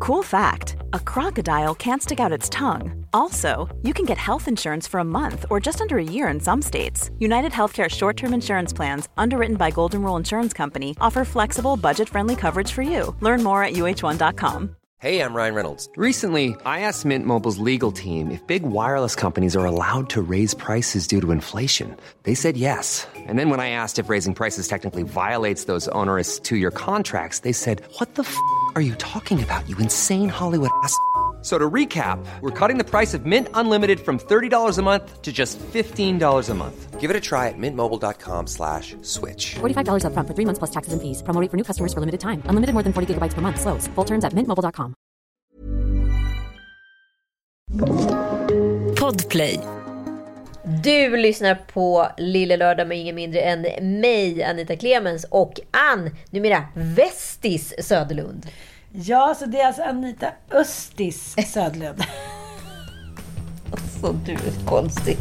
Cool fact, a crocodile can't stick out its tongue. Also, you can get health insurance for a month or just under a year in some states. United Healthcare short-term insurance plans, underwritten by Golden Rule Insurance Company, offer flexible, budget-friendly coverage for you. Learn more at uh1.com. Hey, I'm Ryan Reynolds. Recently, I asked Mint Mobile's legal team if big wireless companies are allowed to raise prices due to inflation. They said yes. And then when I asked if raising prices technically violates those onerous two-year contracts, they said, "What the f*** are you talking about, you insane Hollywood ass?" So to recap, we're cutting the price of Mint Unlimited from $30 a month to just $15 a month. Give it a try at mintmobile.com/switch. $45 up front for 3 months plus taxes and fees. Promo rate for new customers for limited time. Unlimited more than 40 gigabytes per month. Slows full terms at mintmobile.com. Podplay. Du lyssnar på Lille Lördag med ingen mindre än mig, Anita Clemens, och numera Vestis Söderlund. Ja, så det är alltså Anita Östis Söderlund. Så du är konstig.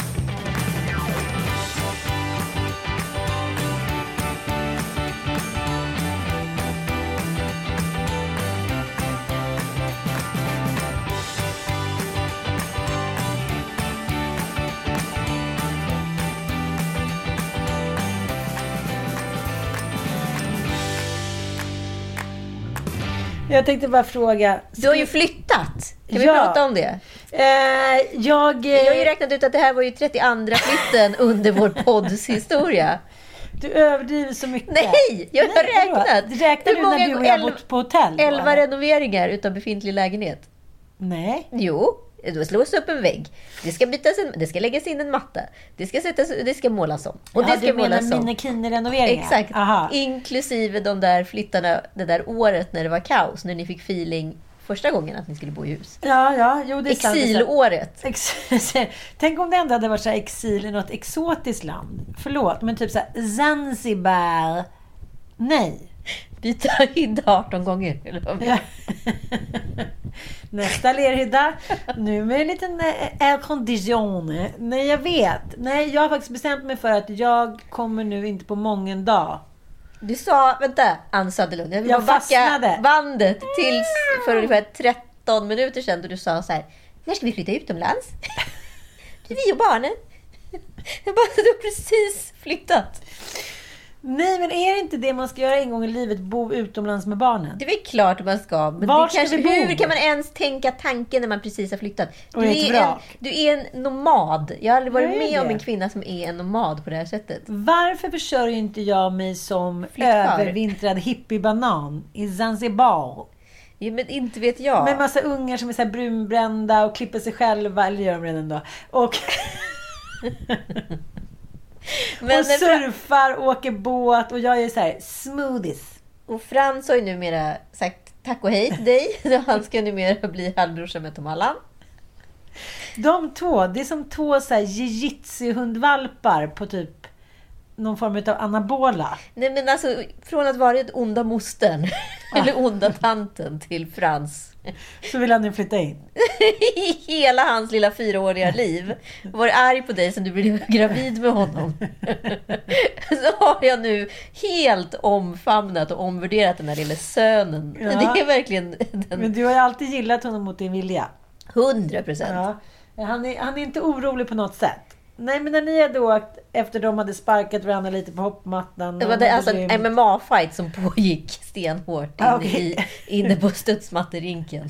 Jag tänkte bara fråga... Du har ju flyttat. Kan vi prata om det? Jag har ju räknat ut att det här var ju 32:a flytten under vår podds historia. Du överdriver så mycket. Nej, jag har räknat. Räknar du när du och jag bott på hotell? 11 renoveringar utav befintlig lägenhet. Nej. Jo, då slås upp en vägg. Det ska bytas det ska läggas in en matta. Det ska målas om. Och det ska målas om. Minekine-renoveringar. Exakt. Aha. Inklusive de där flyttarna det där året när det var kaos, när ni fick feeling första gången att ni skulle bo i hus. Ja, jo, det är exilåret. Tänk om det ändå hade varit så här exil i något exotiskt land. Förlåt, men typ så här Zanzibar. Nej. Byta hydda 18 gånger. Ja. Nästa lerhydda. Nu med en liten aircondition. Nej, jag vet. Nej, jag har faktiskt bestämt mig för att jag kommer nu inte på mången dag. Du sa, vänta, Ann Söderlund. Jag vill backa bandet tills för ungefär 13 minuter sedan då du sa så här: när ska vi flytta utomlands? Det är vi och barnen. Jag bara, du har precis flyttat. Nej, men är det inte det man ska göra en gång i livet? Bo utomlands med barnen? Det är väl klart man ska. Men hur kan man ens tänka tanken när man precis har flyttat? Du är en nomad. Jag har aldrig varit med om en kvinna som är en nomad på det här sättet. Varför försörjer inte jag mig som övervintrad hippiebanan i Zanzibar? Ja, men inte vet jag. Med massa ungar som är så här brunbrända och klipper sig själva. Eller gör de redan då? Och... och surfar, åker båt och jag är så här smoothies. Och Frans har ju numera sagt tack och hej till dig. Han ska numera bli halvbrorsa med Tom Allan. De två, det är som två så här jiu-jitsu-hundvalpar på typ någon form av anabola. Nej, men alltså från att vara ett onda mostern eller onda tanten till Frans, så vill han nu flytta in. I hela hans lilla 4-åriga liv. Var arg på dig sen du blev gravid med honom. Så har jag nu helt omfamnat och omvärderat den här lilla sönen. Ja. Det är verkligen den... Men du har ju alltid gillat honom mot din vilja. 100%. Ja. Han är inte orolig på något sätt. Nej, men när ni hade åkt efter de hade sparkat varandra lite på hoppmattan. Det var alltså en MMA-fight som pågick stenhårt inne på studsmatterinken.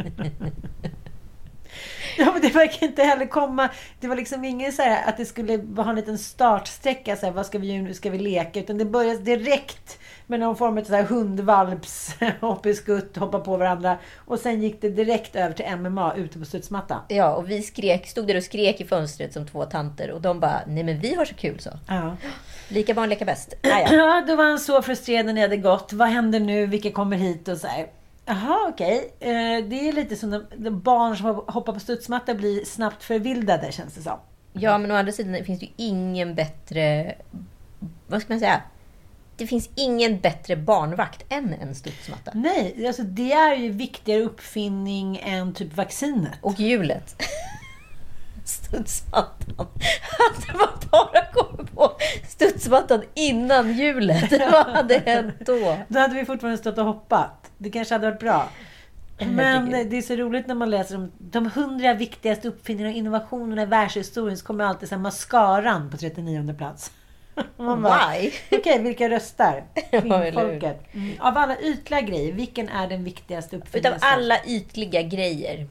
Ja, men det verkar inte heller komma. Det var liksom ingen så här att det skulle ha en liten startsträcka så här, vad ska vi göra nu, ska vi leka, utan det började direkt med någon form av så här hundvalps hopp i skutt, hoppa på varandra, och sen gick det direkt över till MMA ute på studsmattan. Ja, och vi stod där och skrek i fönstret som två tanter, och de bara, nej men vi har så kul så. Ja. Lika barn leka bäst. Ja, då var han så frustrerad när ni hade gått. Vad händer nu? Vilka kommer hit? Och så här. Jaha, okej. Det är lite som de barn som hoppar på studsmatta blir snabbt förvildade, känns det som. Ja, men å andra sidan finns det ju ingen bättre... Vad ska man säga? Det finns ingen bättre barnvakt än en studsmatta. Nej, alltså det är ju viktigare uppfinning än typ vaccinet. Och hjulet. Studsmattan. Hade man bara kommit på studsmattan innan hjulet, vad hade hänt då? Då hade vi fortfarande stått och hoppat. Det kanske hade varit bra. Men det är så roligt när man läser om de 100 viktigaste uppfinningarna och innovationerna i världshistorien, så kommer alltid så här mascaran på 39:e plats. Why? Okej, vilka röstar? Folket. Av alla ytliga grejer, vilken är den viktigaste uppfinningen? Utav alla ytliga grejer.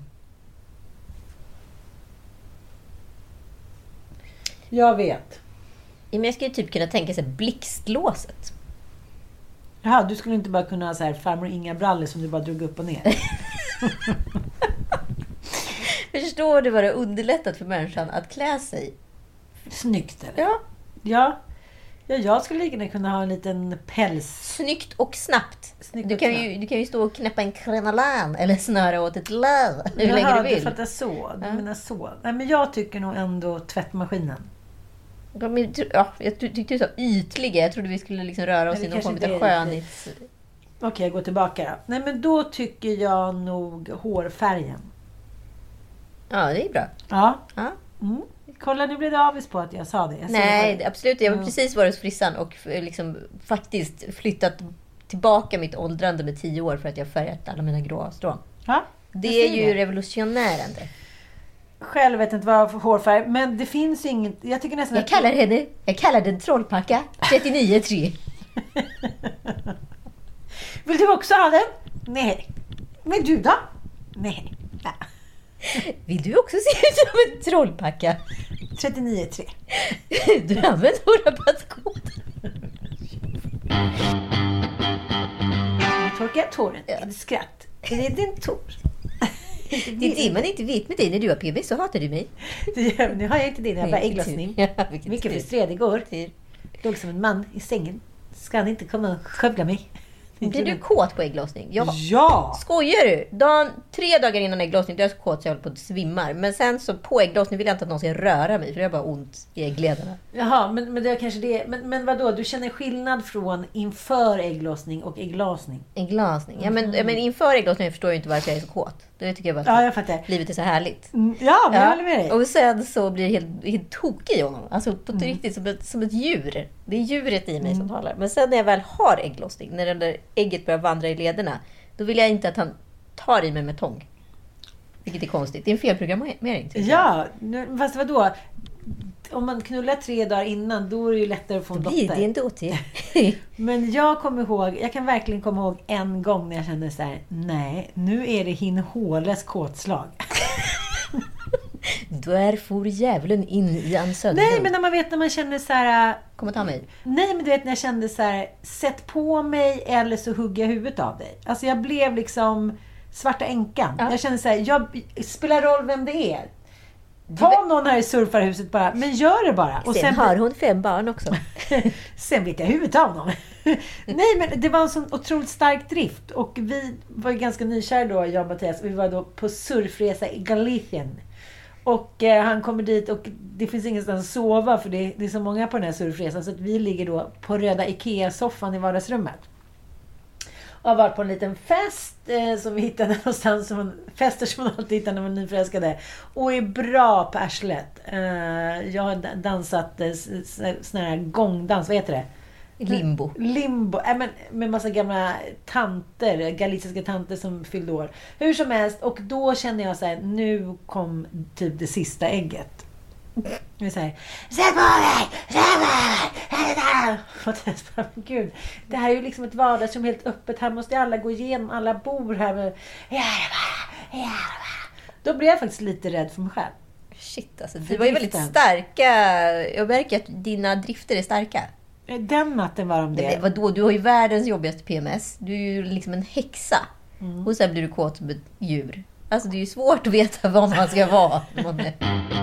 Jag vet. Men jag skulle typ kunna tänka sig blixtlåset. Jaha, du skulle inte bara kunna ha så här farmor Inga brallor som du bara drog upp och ner. Förstår du vad det underlättat för människan att klä sig? Snyggt, eller? Ja, jag skulle lika kunna ha en liten päls. Snyggt och snabbt. Du kan ju stå och knäppa en krenalan eller snöra åt ett löv. Hur länge du vill. Du fattar så. Du menar så. Nej, men jag tycker nog ändå tvättmaskinen. Jag tyckte du sa ytliga. Jag trodde vi skulle liksom röra oss i någon form av skönhets... Okej, jag går tillbaka då. Nej, men då tycker jag nog hårfärgen. Ja, det är bra. Ja. Kolla, nu blev det avis på att jag sa det. Nej, absolut. Jag var precis varit hos frissan och liksom faktiskt flyttat tillbaka mitt åldrande med 10 år för att jag färgat alla mina gråa strån. Ja, det är ju revolutionärande. Själv vet inte vad för hårfärg, men det finns inget. Jag tycker nästan jag kallar den trollpacka 39,3. Vill du också ha den? Nej. Men du då? Nej. Vill du också se ut som en trollpacka? 39,3. Du använder våra rabattkod. Nu torkar jag tåren. Är det skratt? Är det din tår? Det är det man inte vet med dig. När du har PMS så hatar du mig. Nu har jag inte det när jag bara ägglossning. Mycket frustrerad igår. Låg som en man i sängen. Ska han inte komma och skövla mig? Blir du kåt på ägglossning? Ja! Skojar du? 3 dagar innan ägglossning, då är jag så kåt så jag håller på att svimmar. Men sen så på ägglossning vill jag inte att någon ska röra mig, för jag har bara ont i ägglederna. Jaha, men det är kanske det. Men vadå? Du känner skillnad från inför ägglossning och ägglasning? Ägglasning? Ja, men inför ägglossning förstår jag inte varför jag är så kåt. Det tycker jag bara ja, jag fattar. Livet är så härligt. Ja, men jag håller med dig. Och sen så blir det helt tokig i honom. Alltså på riktigt som ett djur. Det är djuret i mig som talar. Men sen när jag väl har ägglossning, när det där ägget börjar vandra i lederna, då vill jag inte att han tar i mig med tång. Vilket är konstigt. Det är en felprogrammering. Ja, fast vadå? Om man knullar 3 dagar innan, då är det ju lättare att få en dotter. Det är inte åt. Men jag kan verkligen komma ihåg en gång när jag kände så här: nej, nu är det Hinhåles kåtslag. Där får djävulen in i en sönder. Nej, men när man känner så här: kom och ta mig. Nej, men du vet när jag kände så här: sätt på mig eller så hugger jag huvudet av dig. Alltså jag blev liksom svarta änkan. Ja. Jag kände så här: jag spelar roll vem det är. Ta någon här i surfarhuset bara, men gör det bara. Och sen har hon 5 barn också. Sen vet jag huvudet av honom. Nej, men det var en sån otroligt stark drift. Och vi var ju ganska nykära då, jag och Mattias. Vi var då på surfresa i Galicien. Och han kommer dit och det finns ingenstans att sova, för det är så många på den här surfresan. Så att vi ligger då på röda Ikea-soffan i vardagsrummet. Och har varit på en liten fest som vi hittade någonstans. Fester som man alltid hittar när man är nyförälskade. Och är bra på arslet. Jag har dansat sån här gångdans, vad heter det? Limbo. Med massa gamla tanter, galiciska tanter som fyllde år. Hur som helst, och då kände jag så här: nu kom typ det sista ägget. Vi säger: sätt på dig! Gud, det här är ju liksom ett vardagsrum helt öppet. Här måste alla gå igenom, alla bor här med... Då blev jag faktiskt lite rädd för mig själv. Shit, alltså. Det var ju väldigt starka. Jag märker att dina drifter är starka. Den natten var de det. Vadå? Du har ju världens jobbigaste PMS. Du är ju liksom en häxa. Och sen blir du kåt som ett djur. Alltså det är ju svårt att veta vad man ska vara. Det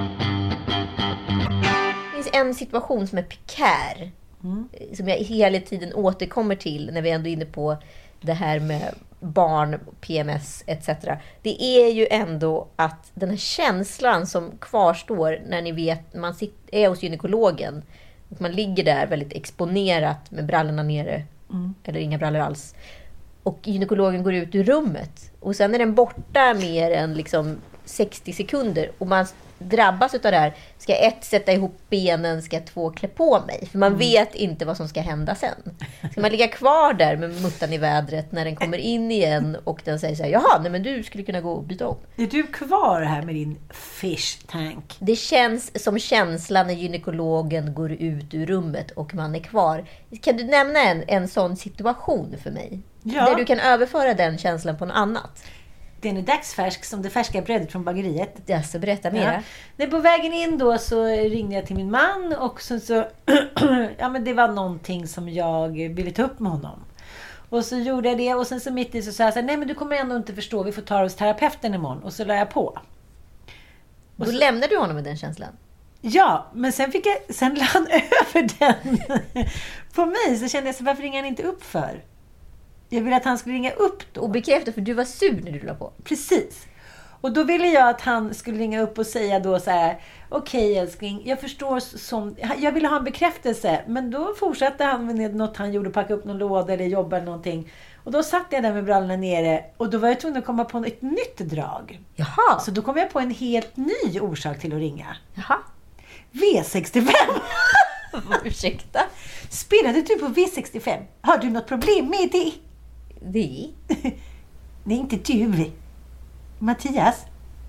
finns en situation som är pikär. Som jag hela tiden återkommer till när vi ändå är inne på det här med barn, PMS etc. Det är ju ändå att den här känslan som kvarstår när ni vet, man är hos gynekologen och man ligger där väldigt exponerat med brallorna nere eller inga brallor alls, och gynekologen går ut ur rummet och sen är den borta mer än liksom 60 sekunder och man drabbas av det här. Ska 1 sätta ihop benen, ska 2 klä på mig? För man vet inte vad som ska hända sen. Ska man ligga kvar där med muttan i vädret när den kommer in igen och den säger så här, jaha, nej men du skulle kunna gå och byta om. Är du kvar här med din fish tank? Det känns som känslan när gynekologen går ut ur rummet och man är kvar. Kan du nämna en sån situation för mig? Ja. Där du kan överföra den känslan på något annat. Den är dagsfärsk som det färska brödet från bageriet. Ja, så berätta mer. Ja. På vägen in då så ringde jag till min man och så ja men det var någonting som jag ville ta upp med honom. Och så gjorde jag det och sen så mitt i så sa jag så här, nej men du kommer ändå inte förstå, vi får ta oss terapeuten imorgon. Och så la jag på. Och då lämnade du honom med den känslan? Ja, men sen la han över den på mig. Så kände jag så, varför ringer han inte upp för? Jag ville att han skulle ringa upp då. Och bekräfta, för du var sur när du la på. Precis. Och då ville jag att han skulle ringa upp och säga då så här: okej, älskling, jag förstår som... Jag ville ha en bekräftelse. Men då fortsatte han med något han gjorde, packa upp någon låda eller jobba eller någonting. Och då satt jag där med brallorna nere. Och då var jag tvungen att komma på ett nytt drag. Jaha. Så då kom jag på en helt ny orsak till att ringa. Jaha. V65. Ursäkta. Spelade du på V65? Har du något problem med det? Det? Nej, inte du. Mattias.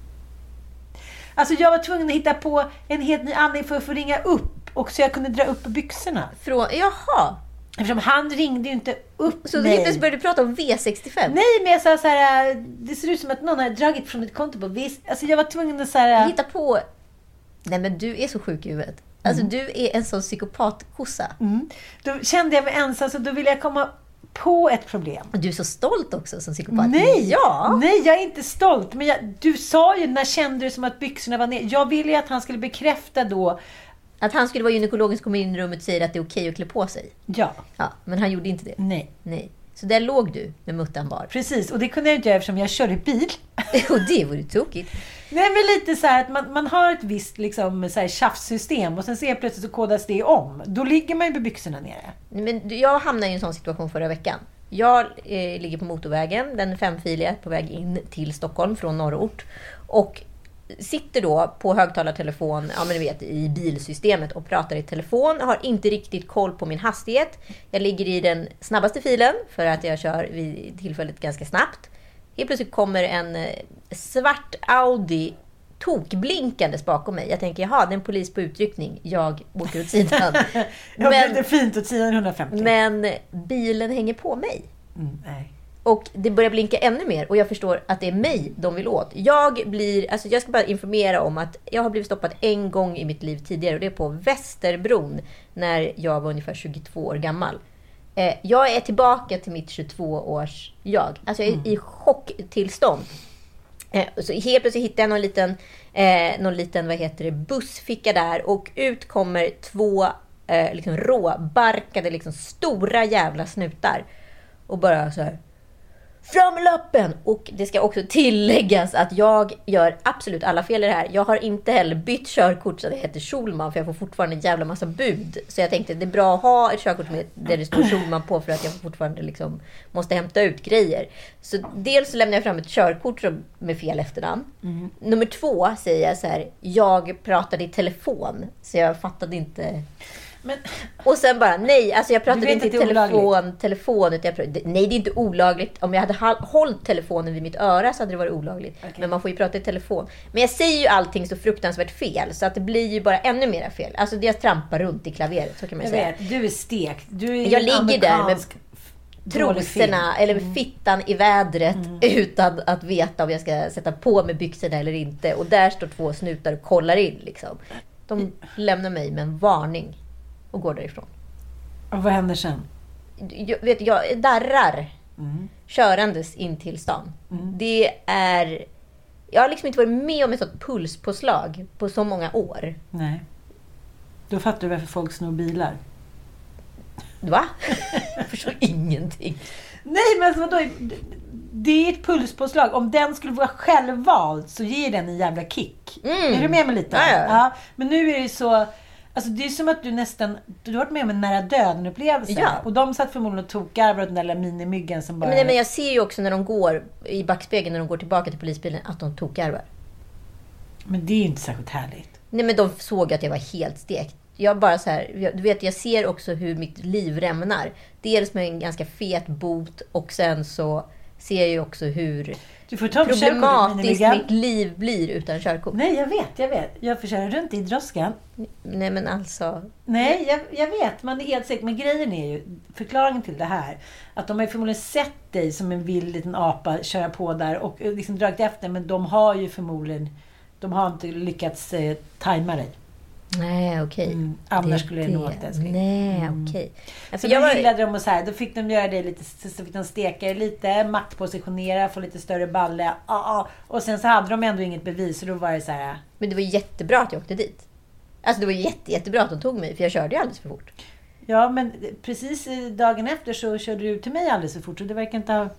Alltså jag var tvungen att hitta på en helt ny anledning för att få ringa upp. Och så jag kunde dra upp byxorna. Jaha. Eftersom han ringde ju inte upp så mig. Så helt började du prata om V65? Nej, men jag sa så här, det ser ut som att någon har dragit från ett konto på Alltså jag var tvungen att så här... Hitta på... Nej, men du är så sjuk i huvudet. Alltså du är en sån psykopatkossa. Då kände jag mig ensam, så då ville jag komma på ett problem. Och du är så stolt också som psykopat. Nej, ja. Nej, jag är inte stolt. Men du sa ju, när kände du som att byxorna var ner? Jag ville ju att han skulle bekräfta då. Att han skulle vara gynekologen som kommer in i rummet och säger att det är okej att klä på sig. Ja. Men han gjorde inte det. Nej. Så där låg du med muttan bar. Precis, och det kunde jag inte göra eftersom jag körde bil. Och det vore tokigt. Nej, men lite så här att man har ett visst liksom, så här, tjafssystem och sen ser plötsligt så kodas det om. Då ligger man ju med byxorna nere. Men jag hamnade i en sån situation förra veckan. Jag ligger på motorvägen, den 5-filiga, på väg in till Stockholm från norrort. Och sitter då på högtalartelefon, ja men ni vet, i bilsystemet och pratar i telefon. Jag har inte riktigt koll på min hastighet. Jag ligger i den snabbaste filen för att jag kör vid tillfället ganska snabbt. Helt plötsligt kommer en svart Audi tokblinkandes bakom mig. Jag tänker, jaha, det är en polis på utryckning. Jag åker åt sidan. Det är fint åt sidan 150. Men bilen hänger på mig. Nej. Och det börjar blinka ännu mer. Och jag förstår att det är mig de vill åt. Jag ska bara informera om att jag har blivit stoppad en gång i mitt liv tidigare. Och det är på Västerbron. När jag var ungefär 22 år gammal. Jag är tillbaka till mitt 22-års jag. Alltså jag är i chocktillstånd. Så helt plötsligt hittar jag någon liten bussficka där. Och ut kommer 2 liksom råbarkade liksom stora jävla snutar. Och bara så här: fram med lappen! Och det ska också tilläggas att jag gör absolut alla fel i det här. Jag har inte heller bytt körkort så det heter Schulman, för jag får fortfarande en jävla massa bud. Så jag tänkte det är bra att ha ett körkort där det står Schulman på, för att jag fortfarande liksom måste hämta ut grejer. Så dels så lämnar jag fram ett körkort med fel efternamn. Nummer 2 säger jag så här: jag pratade i telefon, så jag fattade inte. Men... Och sen bara, nej, alltså jag pratade inte i telefon nej, det är inte olagligt. Om jag hade hållit telefonen vid mitt öra så hade det varit olagligt. Okay. Men man får ju prata i telefon. Men jag säger ju allting så fruktansvärt fel, så att det blir ju bara ännu mer fel. Alltså jag trampar runt i klaveret, så kan man säga. Vet, du är stekt. Jag ligger där med trosorna eller med fittan i vädret utan att veta om jag ska sätta på mig byxorna eller inte. Och där står 2 snutar och kollar in liksom. De lämnar mig med en varning och går därifrån. Och vad händer sen? Jag darrar körandes in till stan. Det är... Jag har liksom inte varit med om ett sånt pulspåslag på så många år. Nej. Då fattar du varför folk snor bilar. Va? Jag förstår ingenting. Nej, men alltså vadå? Det är ett pulspåslag. Om den skulle vara självvald så ger den en jävla kick. Är du med mig lite? Ja. Men nu är det så... Alltså det är som att du har varit med om en nära döden upplevelse. Ja. Och de satt förmodligen och tokgarvar den där minimyggen som bara... Men jag ser ju också när de går i backspegeln, när de går tillbaka till polisbilen, att de tokgarvar. Men det är ju inte särskilt härligt. Nej, men de såg att jag var helt stekt. Jag bara så här, du vet, jag ser också hur mitt liv rämnar. Dels med en ganska fet bot och sen så ser jag ju också hur problematiskt mitt liv blir utan körkort. Nej, jag vet. Jag får köra runt i droskan. Nej, men alltså... Nej, jag vet. Man är helt säker. Men grejen är ju, förklaringen till det här, att de har ju förmodligen sett dig som en vild liten apa köra på där och liksom dragit efter. Men de har ju förmodligen, de har inte lyckats tajma dig. Nej, okej. Annars skulle det nog åt det. Nej, okej. Så då gillade de och så här, då fick de göra det lite, så fick de steka det lite, maktpositionera, få lite större balle. Och sen så hade de ändå inget bevis, så då var det så här. Men det var jättebra att jag åkte dit. Alltså det var jättebra att de tog mig, för jag körde ju alldeles för fort. Ja, men precis dagen efter så körde du till mig alldeles för fort, så det verkar inte ha...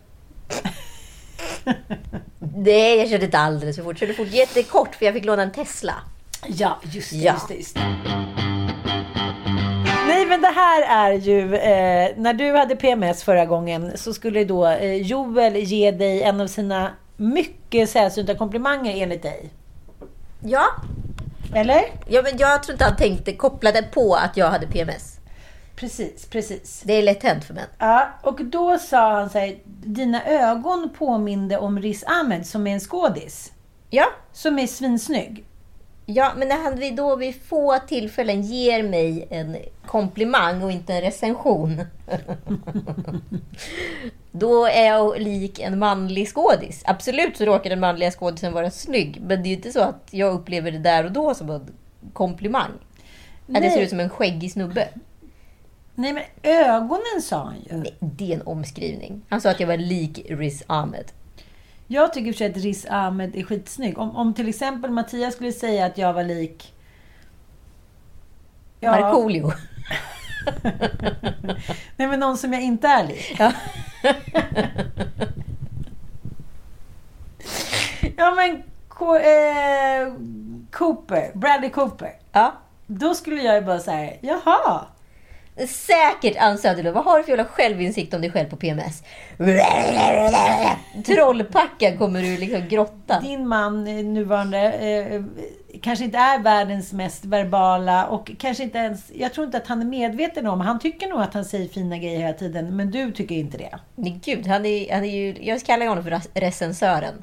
Nej, jag körde inte alldeles för fort. Jag körde fort jättekort, för jag fick låna en Tesla. Ja, just det. Nej, men det här är ju när du hade PMS förra gången så skulle då Joel ge dig en av sina mycket sällsynta komplimanger enligt dig. Ja. Eller? Ja, men jag tror inte han tänkte koppla det på att jag hade PMS. Precis. Det är lätt hänt för mig. Ja, och då sa han så här, dina ögon påminde om Riz Ahmed som är en skådis. Ja. Som är svinsnygg. Ja, men när han då vid få tillfällen ger mig en komplimang och inte en recension. Då är jag lik en manlig skådis. Absolut så råkar den manliga skådisen vara snygg. Men det är ju inte så att jag upplever det där och då som en komplimang. Nej. Att det ser ut som en skäggig snubbe. Nej, men ögonen sa han ju. Nej, det är en omskrivning. Han sa att jag var lik Riz Ahmed. Jag tycker för att Riz Ahmed är skitsnygg. Om till exempel Mattias skulle säga att jag var lik... Ja. Markoolio. Nej, men någon som jag inte är lik. Ja. Ja, men Bradley Cooper. Ja. Då skulle jag ju bara säga, jaha. Säkert, Ann Söderlund. Vad har du för jävla självinsikt om dig själv på PMS? Trollpacka kommer du liksom grotta. Din man nuvarande kanske inte är världens mest verbala och kanske inte ens, jag tror inte att han är medveten om, han tycker nog att han säger fina grejer hela tiden, men du tycker inte det. Nej, gud, han är ju, jag kallar honom för recensören.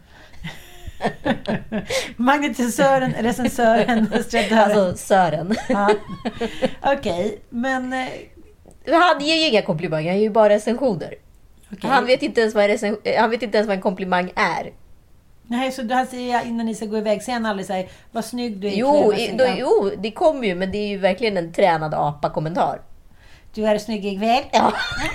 Magnetisören, recensören, alltså Sören. Ja. Okej, men han ger ju inga komplimanger, han ger ju bara recensioner. Okay. Han vet inte ens vad en komplimang är. Nej, så han säger innan ni ska gå iväg, sen aldrig säger vad snygg du är. Jo, det kommer ju, men det är ju verkligen en tränad apa-kommentar. Du är snygg ikväll. Ja.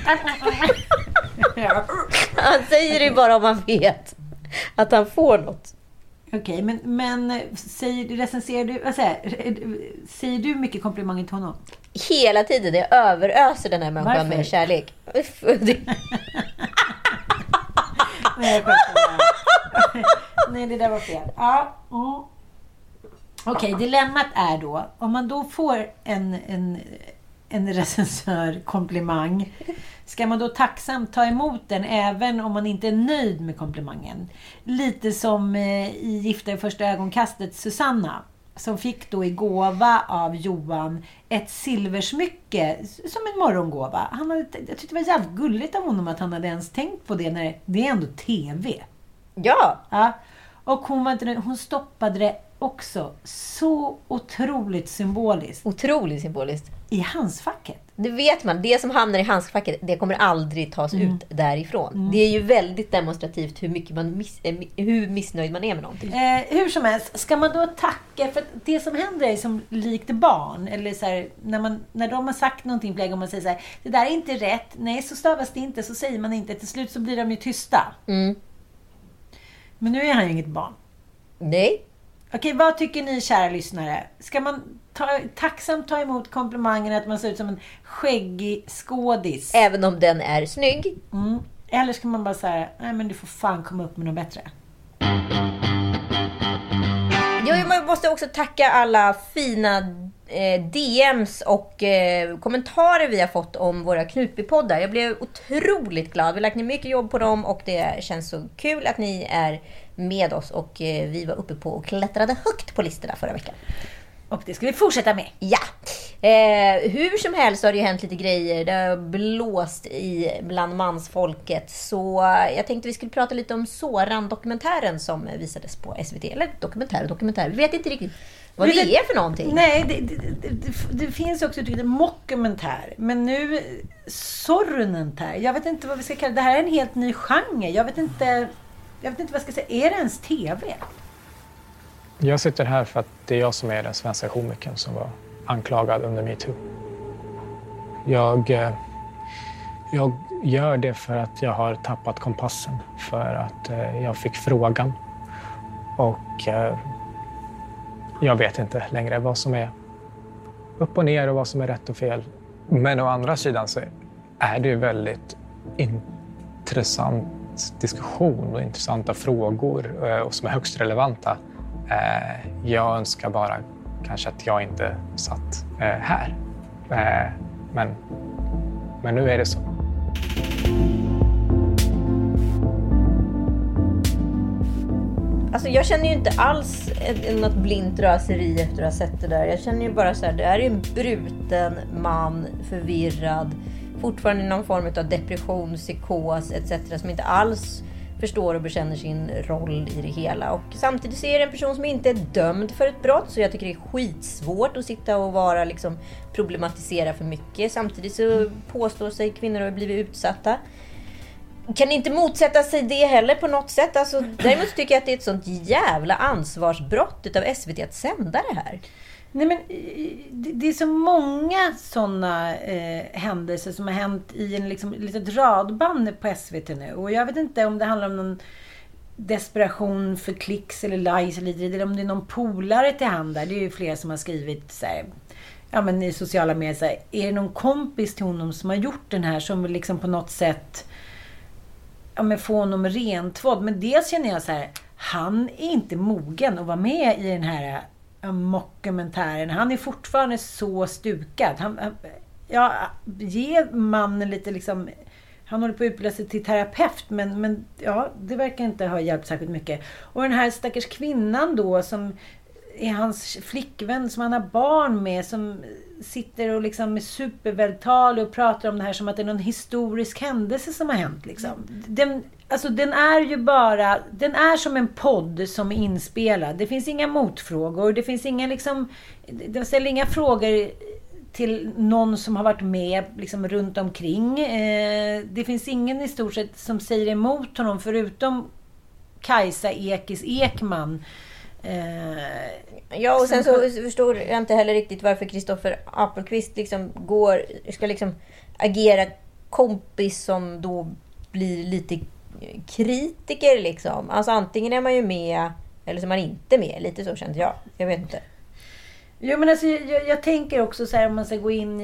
Han säger det bara om han vet att han får något. Okej, men recenserar du, säger du mycket komplimanger till honom? Hela tiden, jag överöser den här människan med kärlek. Nej, det där var fel. Ja. Okej, dilemmat är då, om man då får en recensör-komplimang, ska man då tacksamt ta emot den även om man inte är nöjd med komplimangen? Lite som i Gifta i första ögonkastet Susanna, som fick då i gåva av Johan ett silversmycke som en morgongåva. Jag tyckte det var jävligt gulligt av honom att han hade ens tänkt på det, när det är ändå tv. Ja. Och hon stoppade det också så otroligt symboliskt. Otroligt symboliskt. I handskfacket. Det vet man, det som hamnar i handskfacket, det kommer aldrig tas ut därifrån. Det är ju väldigt demonstrativt hur missnöjd man är med någonting. Hur som helst, ska man då tacka för det som händer är som likt barn, eller så här, när de har sagt någonting och man säger så här, det där är inte rätt, nej så stavas det inte, så säger man inte, till slut så blir de ju tysta. Men nu är han ju inget barn. Nej. Okej, vad tycker ni, kära lyssnare? Ska man tacksamt ta emot komplimangen att man ser ut som en skäggig skådis? Även om den är snygg? Eller ska man bara säga, nej men du får fan komma upp med något bättre? Man måste också tacka alla fina DMs och kommentarer vi har fått om våra Knutbypoddar. Jag blev otroligt glad. Vi har lagt ner mycket jobb på dem och det känns så kul att ni är med oss. Och vi var uppe på och klättrade högt på listorna förra veckan. Och det ska vi fortsätta med. Ja. Hur som helst har det ju hänt lite grejer. Det har blåst bland mansfolket. Så jag tänkte vi skulle prata lite om Soran-dokumentären som visades på SVT. Eller dokumentär. Vi vet inte riktigt vad det är för någonting. Nej, det finns också uttrycket mockumentär. Men nu sorunentär. Jag vet inte vad vi ska kalla det. Det här är en helt ny genre. Jag vet inte vad jag ska säga. Är det ens tv? Jag sitter här för att det är jag som är den svenska komikern som var anklagad under MeToo. Jag gör det för att jag har tappat kompassen. För att jag fick frågan. Och jag vet inte längre vad som är upp och ner och vad som är rätt och fel. Men å andra sidan så är det ju väldigt intressant diskussion och intressanta frågor och som är högst relevanta. Jag önskar bara kanske att jag inte satt här. Men nu är det så. Alltså jag känner ju inte alls något blint raseri efter att ha sett det där. Jag känner ju bara så här, det här är en bruten man, förvirrad, fortfarande i någon form av depression, psykos etc. som inte alls förstår och bekänner sin roll i det hela. Och samtidigt så är det en person som inte är dömd för ett brott, så jag tycker det är skitsvårt att sitta och vara liksom problematisera för mycket. Samtidigt så påstår sig kvinnor att ha blivit utsatta. Kan inte motsätta sig det heller på något sätt. Alltså, däremot tycker jag att det är ett sånt jävla ansvarsbrott utav SVT att sända det här. Nej, men det är så många sådana händelser som har hänt i en liksom, litet radband på SVT nu. Och jag vet inte om det handlar om någon desperation för klicks eller likes eller om det är någon polare till hand där. Det är ju flera som har skrivit så här, ja, men i sociala medier så här, är det någon kompis till honom som har gjort den här som vill liksom på något sätt få honom rentvådd. Men dels känner jag så här, han är inte mogen att vara med i den här mockumentären. Han är fortfarande så stukad. Ge mannen lite liksom, han håller på att utbilda sig till terapeut, men ja, det verkar inte ha hjälpt särskilt mycket. Och den här stackars kvinnan då som är hans flickvän som han har barn med, som sitter och liksom är supervältalig och pratar om det här som att det är någon historisk händelse som har hänt liksom. Den är ju bara, den är som en podd som är inspelad. Det finns inga motfrågor, det finns inga liksom, de ställer inga frågor till någon som har varit med liksom runt omkring. Det finns ingen i stort sett som säger emot honom förutom Kajsa Ekman. Ja, och sen så förstår jag inte heller riktigt varför Kristoffer Appelqvist liksom ska liksom agera kompis som då blir lite kritiker liksom. Alltså antingen är man ju med eller så är man inte med. Lite så kände jag. Jag vet inte. Jo, men alltså jag tänker också så här, om man ska gå in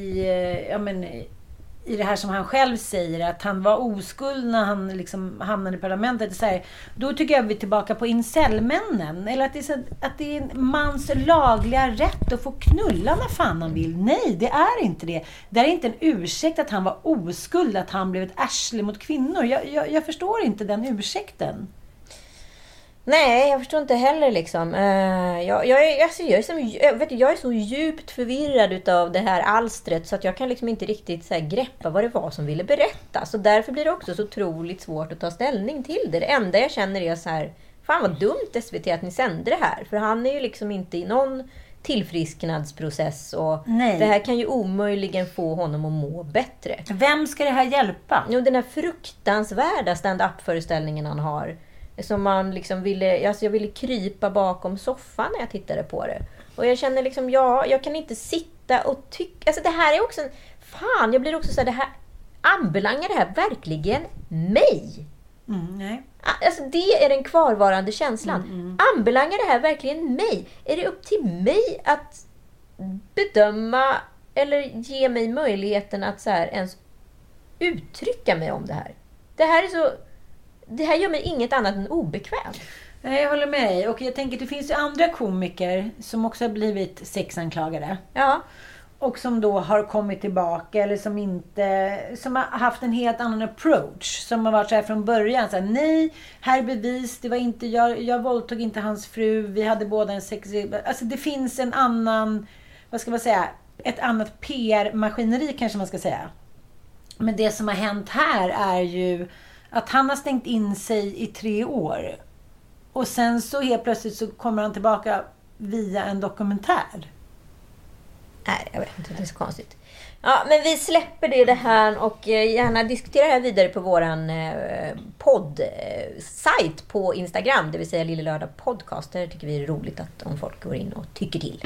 i det här som han själv säger, att han var oskuld när han liksom hamnade i parlamentet. Så här, då tycker jag vi är tillbaka på incel-männen. Eller att det är en mans lagliga rätt att få knulla när fan han vill. Nej, det är inte det. Det är inte en ursäkt att han var oskuld, att han blev ett arsle mot kvinnor. Jag förstår inte den ursäkten. Nej, jag förstår inte heller liksom. Jag är så djupt förvirrad utav det här alstret så att jag kan liksom inte riktigt så här greppa vad det var som ville berätta. Så därför blir det också så otroligt svårt att ta ställning till det. Det enda jag känner är så här, fan vad dumt SVT att ni sände det här. För han är ju liksom inte i någon tillfrisknadsprocess och det här kan ju omöjligen få honom att må bättre. Vem ska det här hjälpa? Jo, den här fruktansvärda stand-up-föreställningen han har. Som man liksom jag ville krypa bakom soffan när jag tittade på det. Och jag känner liksom, jag kan inte sitta och tycka, alltså det här är också jag blir också så här, det här anbelangar det här verkligen mig? Nej. Alltså det är den kvarvarande känslan. Anbelangar det här verkligen mig? Är det upp till mig att bedöma eller ge mig möjligheten att så här ens uttrycka mig om det här? Det här gör mig inget annat än obekväm. Jag håller med dig. Och jag tänker att det finns ju andra komiker som också har blivit sexanklagade. Ja. Och som då har kommit tillbaka eller som har haft en helt annan approach. Som har varit så här från början. Så här, nej, här är bevis. Det var inte jag våldtog inte hans fru. Vi hade båda en sexig... Alltså det finns en annan... Vad ska man säga? Ett annat PR-maskineri kanske man ska säga. Men det som har hänt här är ju att han har stängt in sig i 3 år. Och sen så helt plötsligt så kommer han tillbaka via en dokumentär. Nej, jag vet inte, det är så konstigt. Ja, men vi släpper det här och gärna diskutera det här vidare på våran podd-sajt på Instagram, det vill säga Lille Lördag Podcast. Där tycker vi är roligt att om folk går in och tycker till.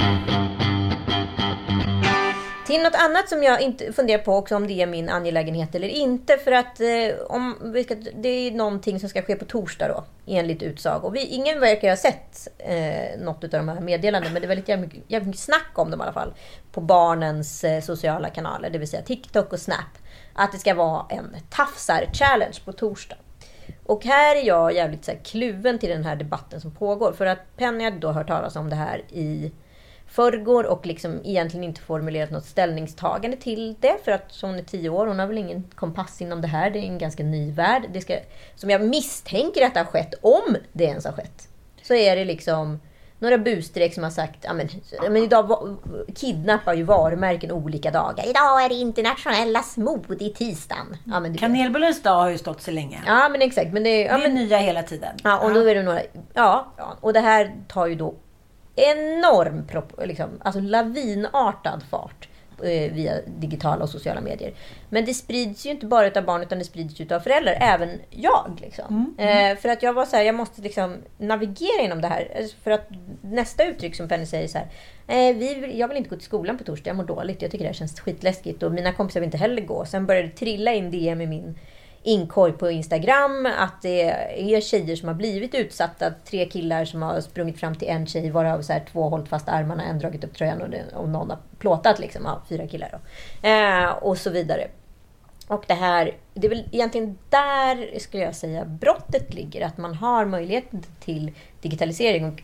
Till något annat som jag inte funderar på också om det är min angelägenhet eller inte. För att det är någonting som ska ske på torsdag då, enligt utsag. Och ingen verkar ha sett något av de här meddelandena. Men det är väldigt jävligt mycket snack om dem i alla fall. På barnens sociala kanaler, det vill säga TikTok och Snap. Att det ska vara en tafsar-challenge på torsdag. Och här är jag jävligt så här, kluven till den här debatten som pågår. För att Penny hade då hört talas om det här i förrgår och liksom egentligen inte formulerat något ställningstagande till det, för att hon är 10 år, hon har väl ingen kompass inom det här, det är en ganska ny värld. Det ska, som jag misstänker att det har skett, om det ens har skett, så är det liksom några busstreck som har sagt men idag kidnappar ju varumärken olika dagar. Idag är det internationella smoothie-tisdagen. Ja, Kanelbullens dag har ju stått så länge. Ja, men exakt. Men det är nya hela tiden. Ja, och då är det några... Ja, och det här tar ju då enorm, alltså lavinartad fart via digitala och sociala medier. Men det sprids ju inte bara av barn, utan det sprids ju av föräldrar, även jag liksom. För att jag var så här, jag måste liksom navigera inom det här, för att nästa uttryck som Penny säger så här, jag vill inte gå till skolan på torsdag, jag mår dåligt, jag tycker det här känns skitläskigt och mina kompisar vill inte heller gå. Sen började det trilla in DM i min inkorg på Instagram att det är tjejer som har blivit utsatta, 3 killar som har sprungit fram till en tjej, varav så här 2 hållit fast armarna, en dragit upp tröjan och någon har plåtat liksom, 4 killar då. Och så vidare. Och det här, det är väl egentligen där skulle jag säga brottet ligger, att man har möjlighet till digitalisering, och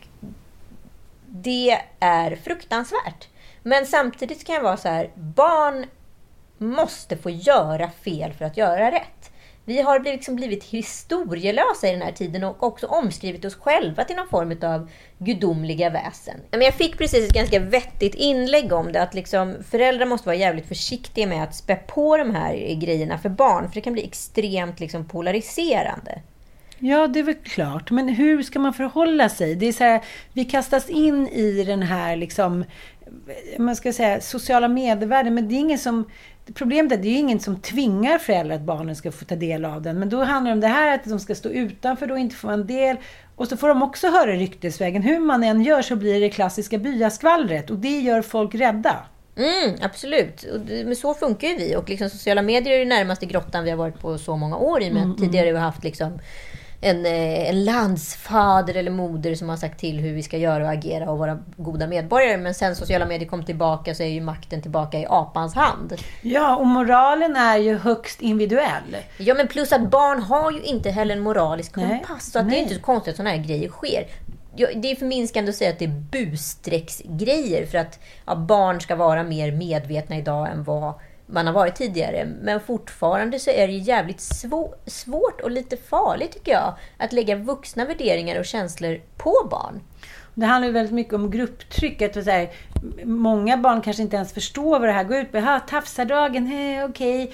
det är fruktansvärt. Men samtidigt kan jag vara så här, barn måste få göra fel för att göra rätt. Vi har blivit historielösa i den här tiden och också omskrivit oss själva till någon form av gudomliga väsen. Men jag fick precis ett ganska vettigt inlägg om det, att liksom föräldrar måste vara jävligt försiktiga med att spä på de här grejerna för barn, för det kan bli extremt liksom polariserande. Ja, det är väl klart. Men hur ska man förhålla sig? Det är så här, vi kastas in i den här liksom, man ska säga, sociala medievärlden, men det är ingen som... Problemet är att det är ingen som tvingar föräldrar att barnen ska få ta del av den. Men då handlar det om det här att de ska stå utanför och inte få en del. Och så får de också höra ryktesvägen. Hur man än gör så blir det klassiska byaskvallret. Och det gör folk rädda. Absolut. Men så funkar ju vi. Och liksom sociala medier är det närmaste grottan vi har varit på så många år i. Men tidigare har vi haft liksom en landsfader eller moder som har sagt till hur vi ska göra och agera och vara goda medborgare. Men sen sociala medier kom tillbaka så är ju makten tillbaka i apans hand. Ja, och moralen är ju högst individuell. Ja, men plus att barn har ju inte heller en moralisk kompass. Så att det är inte så konstigt att sådana här grejer sker. Det är förminskande att säga att det är busstrecksgrejer, för att barn ska vara mer medvetna idag än vad man har varit tidigare. Men fortfarande så är det jävligt svårt och lite farligt, tycker jag, att lägga vuxna värderingar och känslor på barn. Det handlar ju väldigt mycket om grupptryck. Att så här, många barn kanske inte ens förstår vad det här går ut på. Tafsardagen, okej.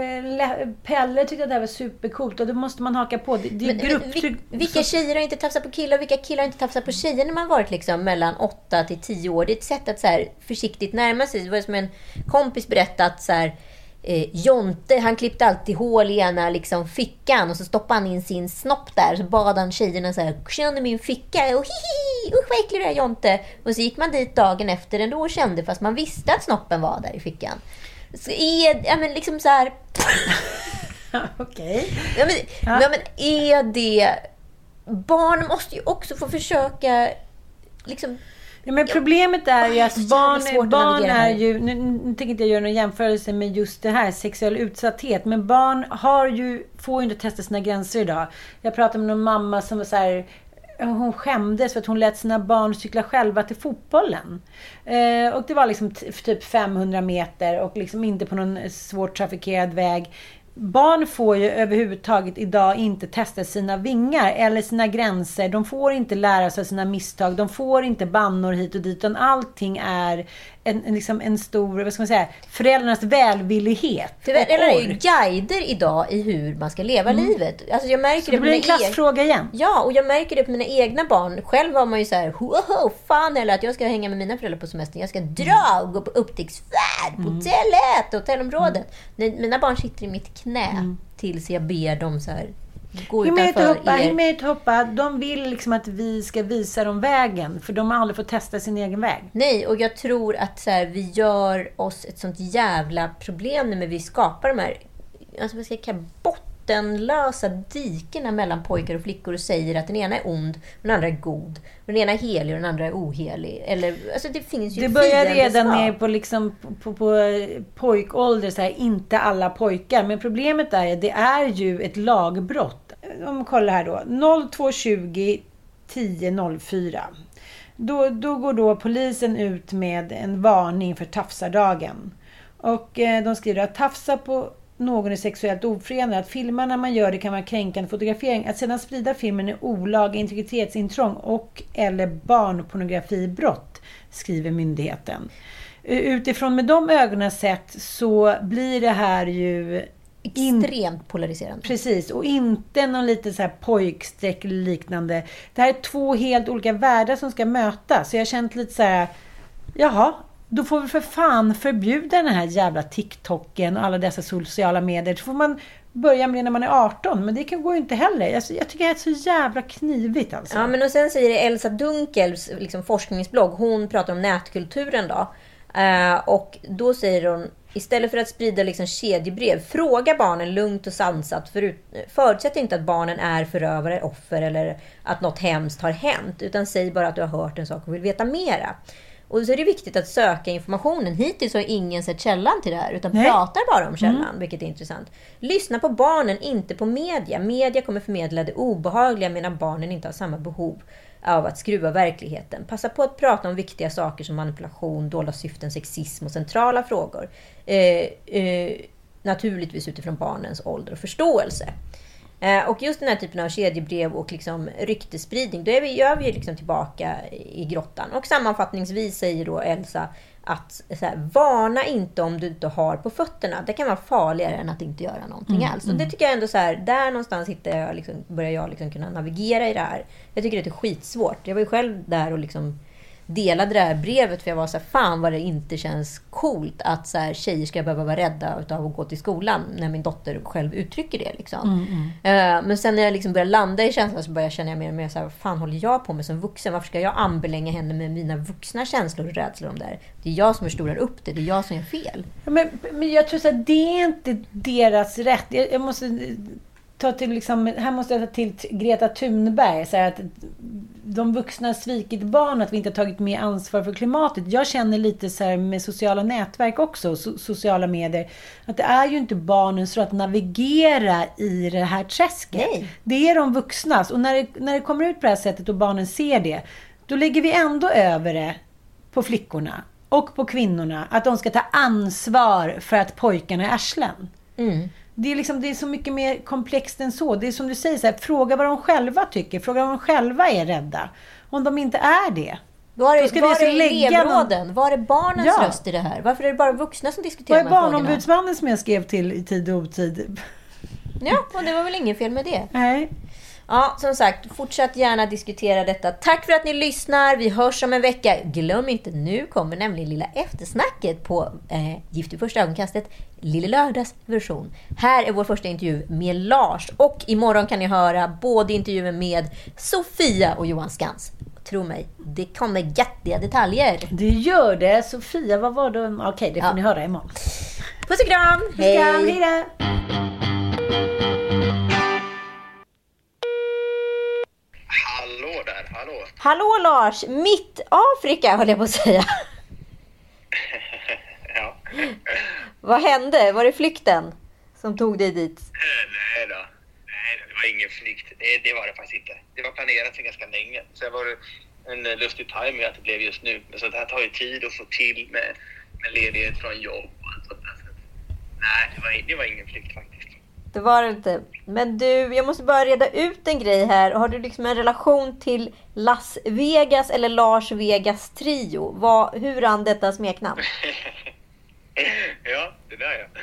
Pelle tyckte att det här var supercoolt, och då måste man haka på. Det är grupptryck. Vilka tjejer har inte tafsat på killar och vilka killar har inte tafsat på tjejer när man varit liksom mellan 8 till 10 år? Det är ett sätt att så här försiktigt närma sig. Det var som en kompis berättat så här, Jonte, han klippte alltid hål i ena liksom fickan, och så stoppade han in sin snopp där, så bad han tjejerna så här, kände min ficka, och hihi, usch vad äcklig du är, Jonte. Och så gick man dit dagen efter ändå och kände, fast man visste att snoppen var där i fickan. Så men liksom så här. Okej. Ja, men är det, barn måste ju också få försöka liksom. Ja, men problemet är ju att barn är ju, nu tänker inte jag göra någon jämförelse med just det här, sexuell utsatthet, men barn får ju inte testa sina gränser idag. Jag pratade med någon mamma som var så här, hon skämdes för att hon lät sina barn cykla själva till fotbollen. Och det var liksom typ 500 meter och liksom inte på någon svårt trafikerad väg. Barn får ju överhuvudtaget idag inte testa sina vingar eller sina gränser. De får inte lära sig sina misstag. De får inte bannor hit och dit. Utan allting är en stor, vad ska man säga, föräldrarnas välvillighet. Föräldrar är ju guider idag i hur man ska leva livet. Alltså jag märker det blir en klassfråga igen. Ja, och jag märker det på mina egna barn. Själv var man ju så här, fan, eller att jag ska hänga med mina föräldrar på semester. Jag ska dra och gå på upptäcktsfärd på hotellet, hotellområdet. Mina barn sitter i mitt knä tills jag ber dem så här, gå utanför Häng med ut och hoppa. De vill liksom att vi ska visa dem vägen. För de har aldrig fått testa sin egen väg. Nej, och jag tror att så här, vi gör oss ett sånt jävla problem när vi skapar de här, alltså vad ska jag kalla, bottenlösa dikerna mellan pojkar och flickor och säger att den ena är ond och den andra är god. Och den ena är helig och den andra är ohelig. Eller, alltså det finns ju det börjar redan med på, liksom, på pojkålder, så här, inte alla pojkar. Men problemet är, det är ju ett lagbrott. Om vi kollar här då. 0220 1004. Då går då polisen ut med en varning för tafsardagen. Och de skriver att tafsa på någon är sexuellt oförenad. Att filma när man gör det kan vara kränkande fotografering. Att sedan sprida filmen är olaga integritetsintrång och eller barnpornografibrott, skriver myndigheten. Utifrån med de ögonen sett så blir det här ju extremt polariserande. Precis, och inte någon lite så här pojksträck eller liknande. Det här är två helt olika världar som ska mötas. Så jag har känt lite så här, jaha, då får vi för fan förbjuda den här jävla TikToken och alla dessa sociala medier. Så får man börja med det när man är 18. Men det kan gå ju inte heller. Alltså, jag tycker det är så jävla knivigt alltså. Ja, men och sen säger det Elsa Dunkels liksom, forskningsblogg. Hon pratar om nätkulturen då. Och då säger hon, istället för att sprida liksom kedjebrev, fråga barnen lugnt och sansat. Förutsätt inte att barnen är förövare, offer eller att något hemskt har hänt. Utan säg bara att du har hört en sak och vill veta mera. Och så är det viktigt att söka informationen. Hittills har ingen sett källan till det här, utan pratar bara om källan, vilket är intressant. Lyssna på barnen, inte på media. Media kommer förmedla det obehagliga medan barnen inte har samma behov av att skruva verkligheten. Passa på att prata om viktiga saker som manipulation, dolda syften, sexism och centrala frågor. Naturligtvis utifrån barnens ålder och förståelse. Och just den här typen av kedjebrev och liksom ryktespridning, då gör vi liksom tillbaka i grottan. Och sammanfattningsvis säger då Elsa att så här, varna inte om du inte har på fötterna. Det kan vara farligare än att inte göra någonting alls. Och det tycker jag ändå så här, där någonstans börjar jag liksom kunna navigera i det här. Jag tycker det är skitsvårt. Jag var ju själv där och liksom delade det här brevet, för jag var så här, fan vad det inte känns coolt att så här, tjejer ska behöva vara rädda utav att gå till skolan när min dotter själv uttrycker det liksom. Men sen när jag liksom börjar landa i känslan så börjar jag känna mer och mer så här, vad fan håller jag på med som vuxen? Varför ska jag anbelänga henne med mina vuxna känslor och rädslor om det här? Det är jag som förstorar upp det, det är jag som gör fel. Men jag tror så att det är inte deras rätt. Jag måste ta till liksom, här måste jag ta till Greta Thunberg, så här att de vuxna har svikit barn, att vi inte har tagit mer ansvar för klimatet. Jag känner lite så här med sociala nätverk också, sociala medier, att det är ju inte barnens rätt att navigera i det här träsket. Nej. Det är de vuxnas, och när det kommer ut på det här sättet och barnen ser det, då lägger vi ändå över det på flickorna och på kvinnorna, att de ska ta ansvar för att pojkarna är arslen. Det är så mycket mer komplext än så. Det är som du säger, så här, fråga vad de själva tycker. Fråga om de själva är rädda. Om de inte är det. Var är elevråden? Var är barnens röst i det här? Varför är det bara vuxna som diskuterar de här frågorna? Var är barnombudsmannen som jag skrev till i tid och otid? Ja, och det var väl ingen fel med det. Nej. Ja, som sagt, fortsätt gärna diskutera detta. Tack för att ni lyssnar. Vi hörs om en vecka. Glöm inte, nu kommer nämligen lilla eftersnacket på Gift i första ögonkastet, Lille Lördags version. Här är vår första intervju med Lars. Och imorgon kan ni höra både intervjun med Sofia och Johan Skans. Tro mig, det kommer jättiga detaljer. Det gör det. Sofia, vad var det? Okej, det får ni höra imorgon. Puss och kram! Hej! Hej då! Hallå Lars, mitt Afrika håller jag på att säga. Ja. Vad hände? Var det flykten som tog dig dit? Nej, det var ingen flykt. Det var det faktiskt inte. Det var planerat sig ganska länge. Sen var det en lustig timing att det blev just nu. Så det här tar ju tid att få till med ledighet från jobb och allt sånt där. Nej, det var ingen flykt faktiskt. Det var det inte. Men du, jag måste bara reda ut en grej här. Har du liksom en relation till Las Vegas eller Lars Vegas trio? Hur rann detta smeknamn? Ja, det där ja.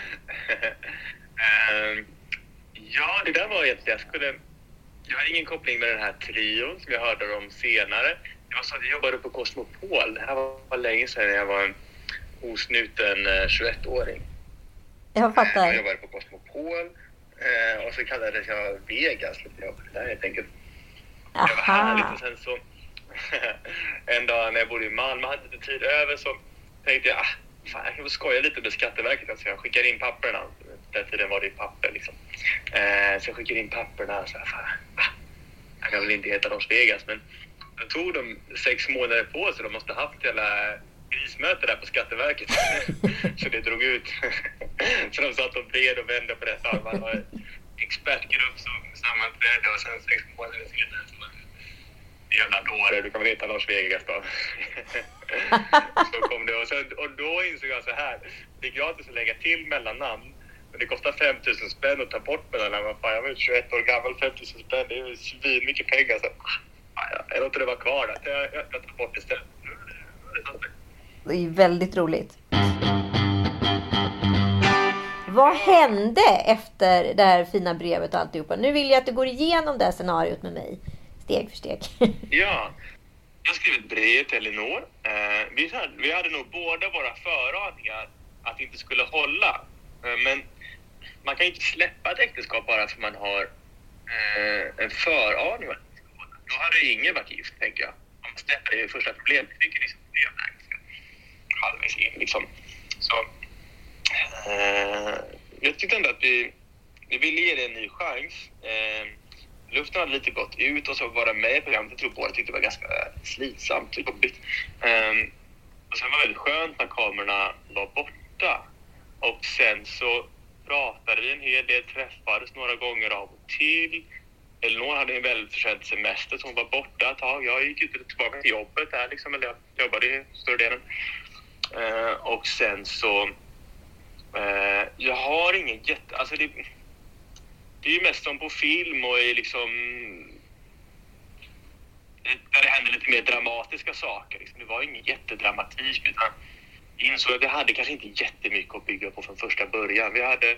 Ja, det där var egentligen... Jag har ingen koppling med den här trion som jag hörde om senare. Det var så att jag jobbade på Cosmopol. Det här var länge sedan jag var en osnuten 21-åring. Jag fattar. Jag jobbade på Cosmopol. Och så kallades jag Vegas lite jobb. Det där helt enkelt. Det var härligt. Och sen så en dag när jag bodde i Malmö hade lite tid över så tänkte jag fan, jag kan skoja lite med Skatteverket. Alltså jag skickar in papperna. Den tiden var det papper liksom. Så jag skickade in papperna. Så jag kan väl inte heta Las Vegas. Men då tog de 6 månader på sig. De måste ha haft hela grismöte där på Skatteverket. Så det drog ut. Så de satt och bred och vände på detta. Man var en expertgrupp som sammanträdde. Och sen 6 månader senare så var det jävla dåre. Du kan väl heta Las Vegas då. Så kom det. Och då insåg jag så här. Det är gratis att lägga till mellannamn. Men det kostar 5 000 spänn att ta bort mellannamn. Jag var 21 år gammal. 5 000 spänn. Det är ju svin mycket pengar. Så jag låter det vara kvar där. Jag tar bort det istället. Det är väldigt roligt. Vad hände efter det här fina brevet och alltihopa? Nu vill jag att du går igenom det här scenariot med mig. Steg för steg. Ja, jag skrev ett brev till Elinor. Vi hade nog båda våra föraningar att det inte skulle hålla. Men man kan ju inte släppa ett äktenskap bara för man har en föraning. Då hade ju ingen varit gift, tänker jag. Om man släpper det första problemet. Jag tycker liksom det är halvvägs in liksom. Så jag tyckte ändå att vi ville ge det en ny chans. Luften hade lite gått ut och så vara med i programmet. Jag tror båda tyckte det var ganska slitsamt och jobbigt. Och sen var det väldigt skönt när kamerorna var borta. Och sen så pratade vi en hel del, träffades några gånger av och till. Elinor hade en väldigt förtjänt semester så hon var borta ett tag. Jag gick ut tillbaka till jobbet där liksom, eller jag jobbade i större delen. Och sen så jag har ingen alltså det är ju mest som på film och i liksom där det hände lite mer dramatiska saker liksom. Det var ingen jättedramatik utan jag insåg att vi hade kanske inte jättemycket att bygga på från första början. Vi hade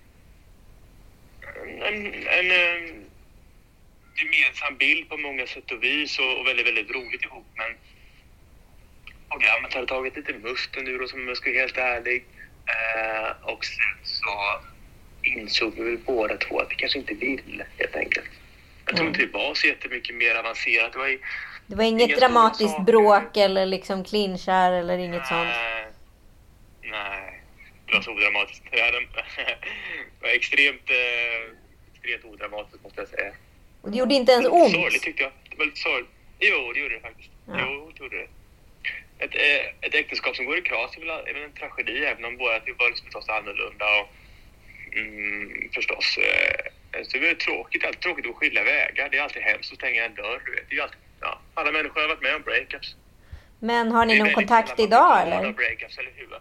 en gemensam bild på många sätt och vis och väldigt, väldigt roligt ihop. Men programmet hade tagit lite musten ur och som jag ska vara helt ärlig. Och sen så insåg vi väl båda två att vi kanske inte vill helt enkelt. Jag tror inte det var så jättemycket mer avancerat. Det var inget dramatiskt bråk eller liksom clinchar eller inget sånt? Nej, det var så odramatiskt. Det var extremt odramatiskt måste jag säga. Och det gjorde inte ens ont? Sorgligt tyckte jag. Det var lite sorgligt. Jo, det gjorde det faktiskt. Ja. Jo, det gjorde det. Ett äktenskap som går i kras är väl en tragedi, även om båda det var liksom förstås annorlunda och förstås så det är tråkigt, alltid tråkigt att skilja vägar. Det är alltid hemskt att stänga en dörr, du vet. Det är alltid, alla människor har varit med om breakups. Men har ni någon kontakt idag eller? Breakups, eller hur?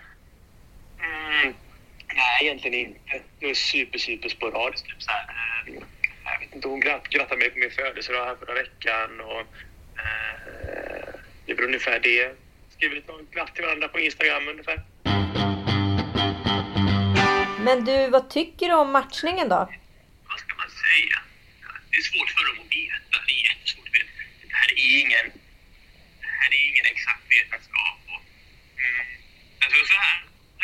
Nej, egentligen inte. Det är super sporadiskt typ så här. Jag vet inte, hon grattade mig på min födelsedag här förra veckan och det var ungefär det. Skriver lite glatt till varandra på Instagram ungefär. Men du, vad tycker du om matchningen då? Vad ska man säga? Det är svårt för dem att veta. Det är jättesvårt att veta. Det här är ingen exakt vetenskap. Alltså så här.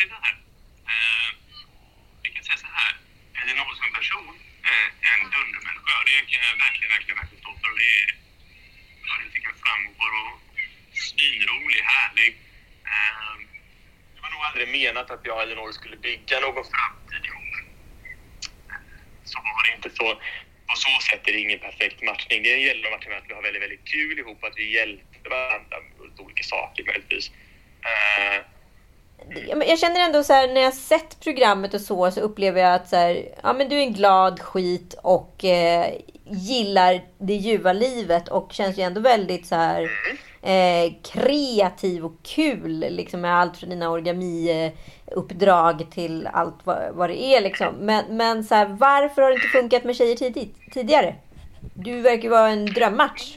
Vi kan säga så här. Är det någon som person en dundermänniska? Det kan jag verkligen stå för. Det tycker jag framgår och svinrolig, härlig. Det var nog aldrig menat att jag eller någon skulle bygga någon framtid ihop. Så var det inte så. På så sätt är det ingen perfekt matchning. Det gäller att vi har väldigt, väldigt kul ihop, att vi hjälper varandra med olika saker möjligtvis. Jag känner ändå så här, när jag sett programmet och så upplever jag att så här, ja men du är en glad skit och gillar det ljuva livet och känns ju ändå väldigt så här kreativ och kul liksom, med allt från dina origami-uppdrag till allt vad det är liksom. Men så här, varför har det inte funkat med tjejer tidigare? Du verkar ju vara en drömmatch.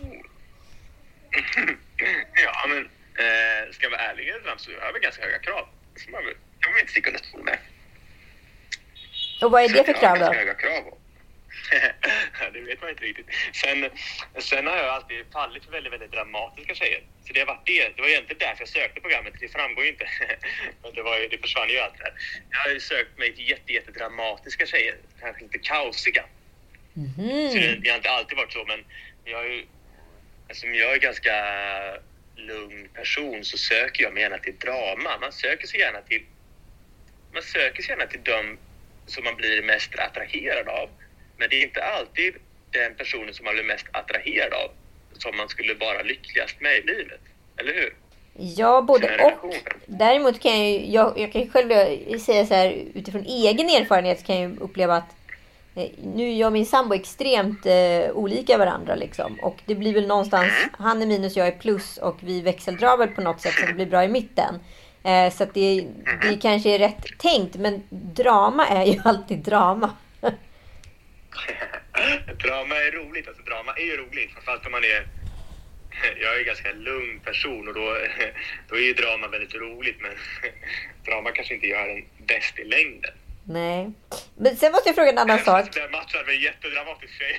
Ja, men ska jag vara ärlig så har vi ganska höga krav. Så man vill inte sticka under stol med. Och vad är det för krav då? Höga krav. Det vet man inte riktigt. Sen har jag alltid fallit för väldigt, väldigt dramatiska tjejer. Så det var egentligen därför jag sökte programmet. Det framgår ju inte. Men det försvann ju allt där. Jag har ju sökt mig till jättedramatiska tjejer. Kanske inte kaosiga. Så det har inte alltid varit så. Men eftersom jag är ganska lugn person så söker jag mig gärna till drama. Man söker sig gärna till dem som man blir mest attraherad av. Men det är inte alltid den personen som man blir mest attraherad av som man skulle vara lyckligast med i livet. Eller hur? Ja, både och. Däremot kan jag kan själv säga så här, utifrån egen erfarenhet kan jag uppleva att nu är jag och min sambo extremt olika varandra liksom. Och det blir väl någonstans, han är minus, jag är plus och vi växeldrar väl på något sätt så det blir bra i mitten. Så att det kanske är rätt tänkt, men drama är ju alltid drama. Drama är roligt, alltså drama är ju roligt. Framförallt om jag är en ganska lugn person och då är ju drama väldigt roligt, men drama kanske inte gör en bäst i längden. Nej. Men sen måste jag fråga en annan sak. Den matchen var jättedramatisk tjej.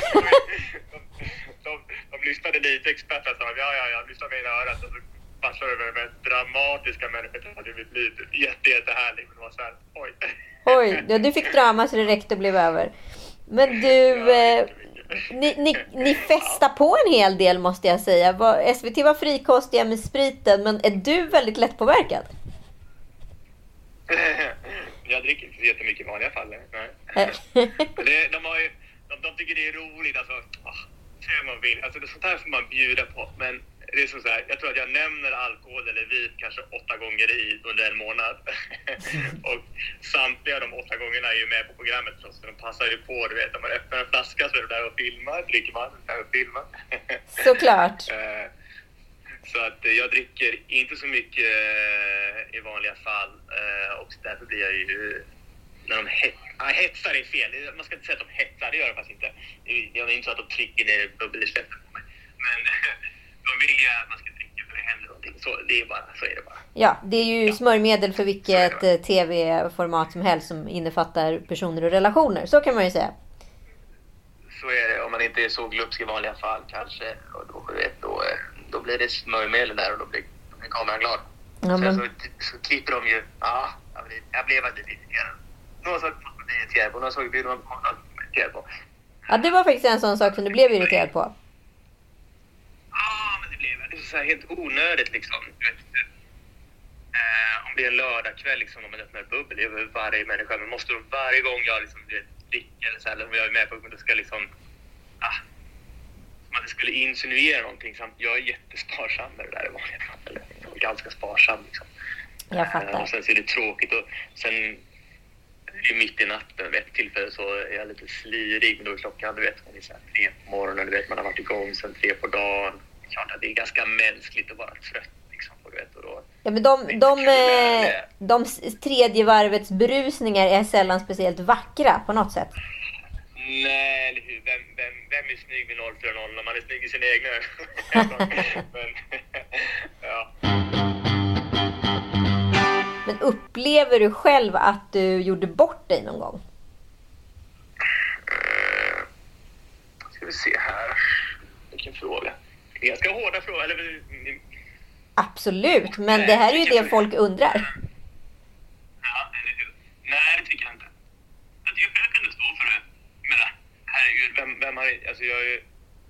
de lyssnade lite, experter sa jag lyssnade med i örat och så matchade över med dramatiska människor som hade mitt liv. Jättehärligt, men det var så här, oj, ja, du fick drama så det räckte och blev över. Men du, ni festar på en hel del måste jag säga. SVT var frikostiga med spriten, men är du väldigt lättpåverkad? Jag dricker inte så jättemycket i vanliga fall. Nej. De tycker det är roligt. Alltså, man vill. Alltså, sånt här får man bjuda på. Men det är så här, jag tror att jag nämner alkohol eller vin kanske 8 gånger under en månad. Och samtliga de 8 gångerna är ju med på programmet. Så de passar ju på, du vet. När man öppnar en flaska så är det där och filmar. Dricker man, där och filmar. Såklart. Så att jag dricker inte så mycket i vanliga fall. Och därför blir jag ju... När de hetsar är fel. Man ska inte säga att de hetsar, det gör de faktiskt inte. Det är inte så att de trycker ner bubbelsläppet på mig. Men de vill ju att man ska dricka för det händer någonting. Så är det bara. Ja, det är ju smörjmedel för vilket tv-format som helst som innefattar personer och relationer. Så kan man ju säga. Så är det. Om man inte är så glupsk i vanliga fall kanske. Och då blir det smörjmedel där och då blir kameran glad. Ja, men... Sen så klipper de ju... jag blev väldigt irriterad. Någon sak man blir irriterad på, någon sak blir man irriterad på. Ja, det var faktiskt en sån sak som du blev irriterad på. Ja, men det blev så här helt onödigt liksom. Om det är en lördagkväll liksom, om man öppnar bubbel över varje människa. Men måste varje gång jag liksom dricker eller så här, eller om jag är med på det ska liksom... man skulle insinuera någonting. Samt jag är jättesparsam med det där i vanliga fall. Ganska sparsam liksom. Jag fattar. Och sen så är det tråkigt och sen i mitt i natten vid ett tillfälle så är jag lite slirig, men då är klockan, du vet, man är så här 3 på morgonen, du vet, man har varit igång sen 3 på dagen. Klart att det är ganska mänskligt att vara trött liksom, du vet, och då... Ja, men de tredje varvets brusningar är sällan speciellt vackra på något sätt. Nej, eller hur? Vem är snygg vid 040 när man är snygg i sin egna? Men, ja. Men upplever du själv att du gjorde bort dig någon gång? Ska vi se här. Vilken fråga. Ganska hårda fråga. Eller... Absolut, men det här är ju det folk undrar. Ja, eller hur? Nej, det tycker jag inte. Jag tycker jag kan stå för det. Men herregud, vem har... Alltså jag är ju...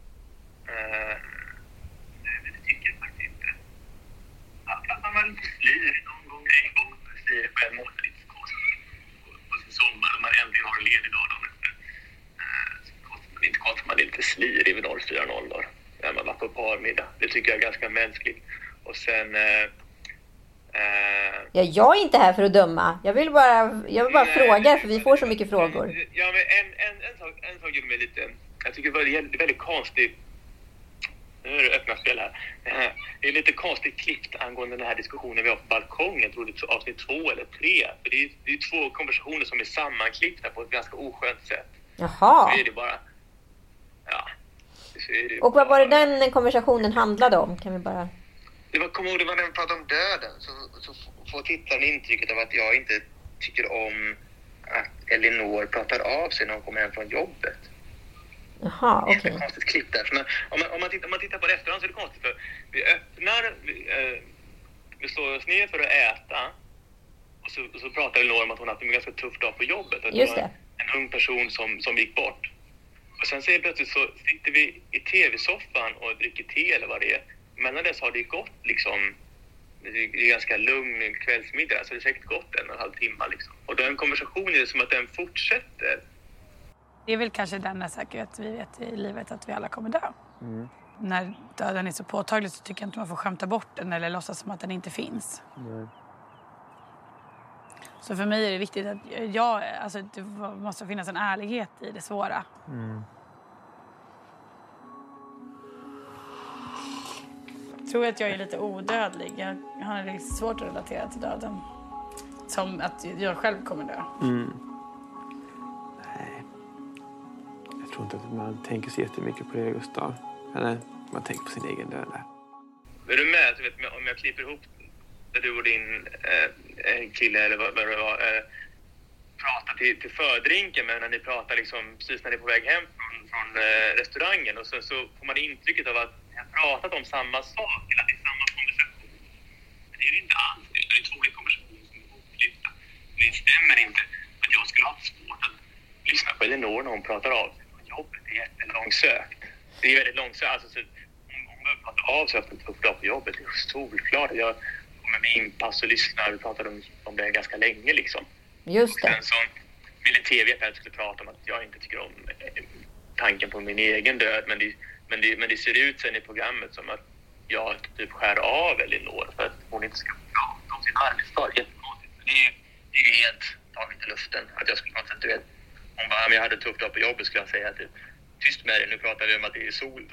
Nej, det tycker jag faktiskt inte. Att man var lite slir någon gång en gång slir själv måste lite på sin sommar och man äntligen har en ledig dag dagen efter. Så inte konstigt man är lite slir vid 040 då. När man var på parmiddag. Det tycker jag är ganska mänskligt. Och sen... Ja, jag är inte här för att döma. Jag vill bara fråga, för vi får så mycket frågor. Ja, men en sak gjorde mig lite jag tycker det var väldigt konstigt. Nu är det öppna spel här. Det är lite konstigt klippt angående den här diskussionen vi har på balkongen. Jag tror det är avsnitt 2 eller 3. För det är 2 konversationer som är sammanklippta på ett ganska oskönt sätt. Jaha. Så är det bara... Ja. Och vad var det den konversationen handlade om? Kan vi bara... Det var när vi pratade om döden. Så får tittaren intrycket av att jag inte tycker om att Elinor pratar av sig när hon kommer hem från jobbet. Jaha, okej. Det är ett konstigt klipp där. Men om man tittar på det efterhand så är det konstigt. För vi öppnar... Vi slår oss ner för att äta. Och så pratar Elinor om att hon haft en ganska tuff dag på jobbet. Att Just det det. var en ung person som gick bort. Och sen så plötsligt så sitter vi i tv-soffan och dricker te eller vad det är. Mellan dess har det gått liksom... Det är ganska lugn kvällsmiddag. Så det är säkert gått 1,5 timme liksom. Och den konversationen är som att den fortsätter. Det är väl kanske den säkerhet vi vet i livet att vi alla kommer dö. Mm. När döden är så påtaglig så tycker jag inte man får skämta bort den eller låtsas som att den inte finns. Mm. Så för mig är det viktigt att det måste finnas en ärlighet i det svåra. Mm. Jag tror att jag är lite odödlig. Jag har lite svårt att relatera till döden. Som att jag själv kommer dö. Mm. Nej. Jag tror inte att man tänker så jättemycket på det, Gustav. Eller man tänker på sin egen död där. Är du med? Du vet, om jag klipper ihop där du och din kille eller vad det var pratar till fördrinken, men när ni pratar liksom precis när ni är på väg hem från restaurangen och så får man intrycket av att ni har pratat om samma sak eller att det är samma konversation. Men det är ju inte alls. Det är 2 olika konversationer som är upplyfta. Det stämmer inte att jag skulle ha svårt att lyssna på Elinor när hon pratar av sig. Jobbet är jättelångsökt. Det är väldigt långsökt. Alltså, om man pratar av sig efter en tuff dag på jobbet, det är solklart. Jag kommer med inpass och lyssnar. Vi pratade om det ganska länge liksom. Just det. Och sen så ville tv att jag skulle prata om att jag inte tycker om tanken på min egen död. Men det ser ut sen i programmet som att jag typ skär av Elinor för att hon inte ska prata om sin arbetsdag. Jättekonstigt. Det är ju helt taget i luften. Att jag skulle på något sätt, du vet, om jag hade tufft dag på jobbet skulle jag säga typ, tyst med dig, nu pratar vi om att det är sol.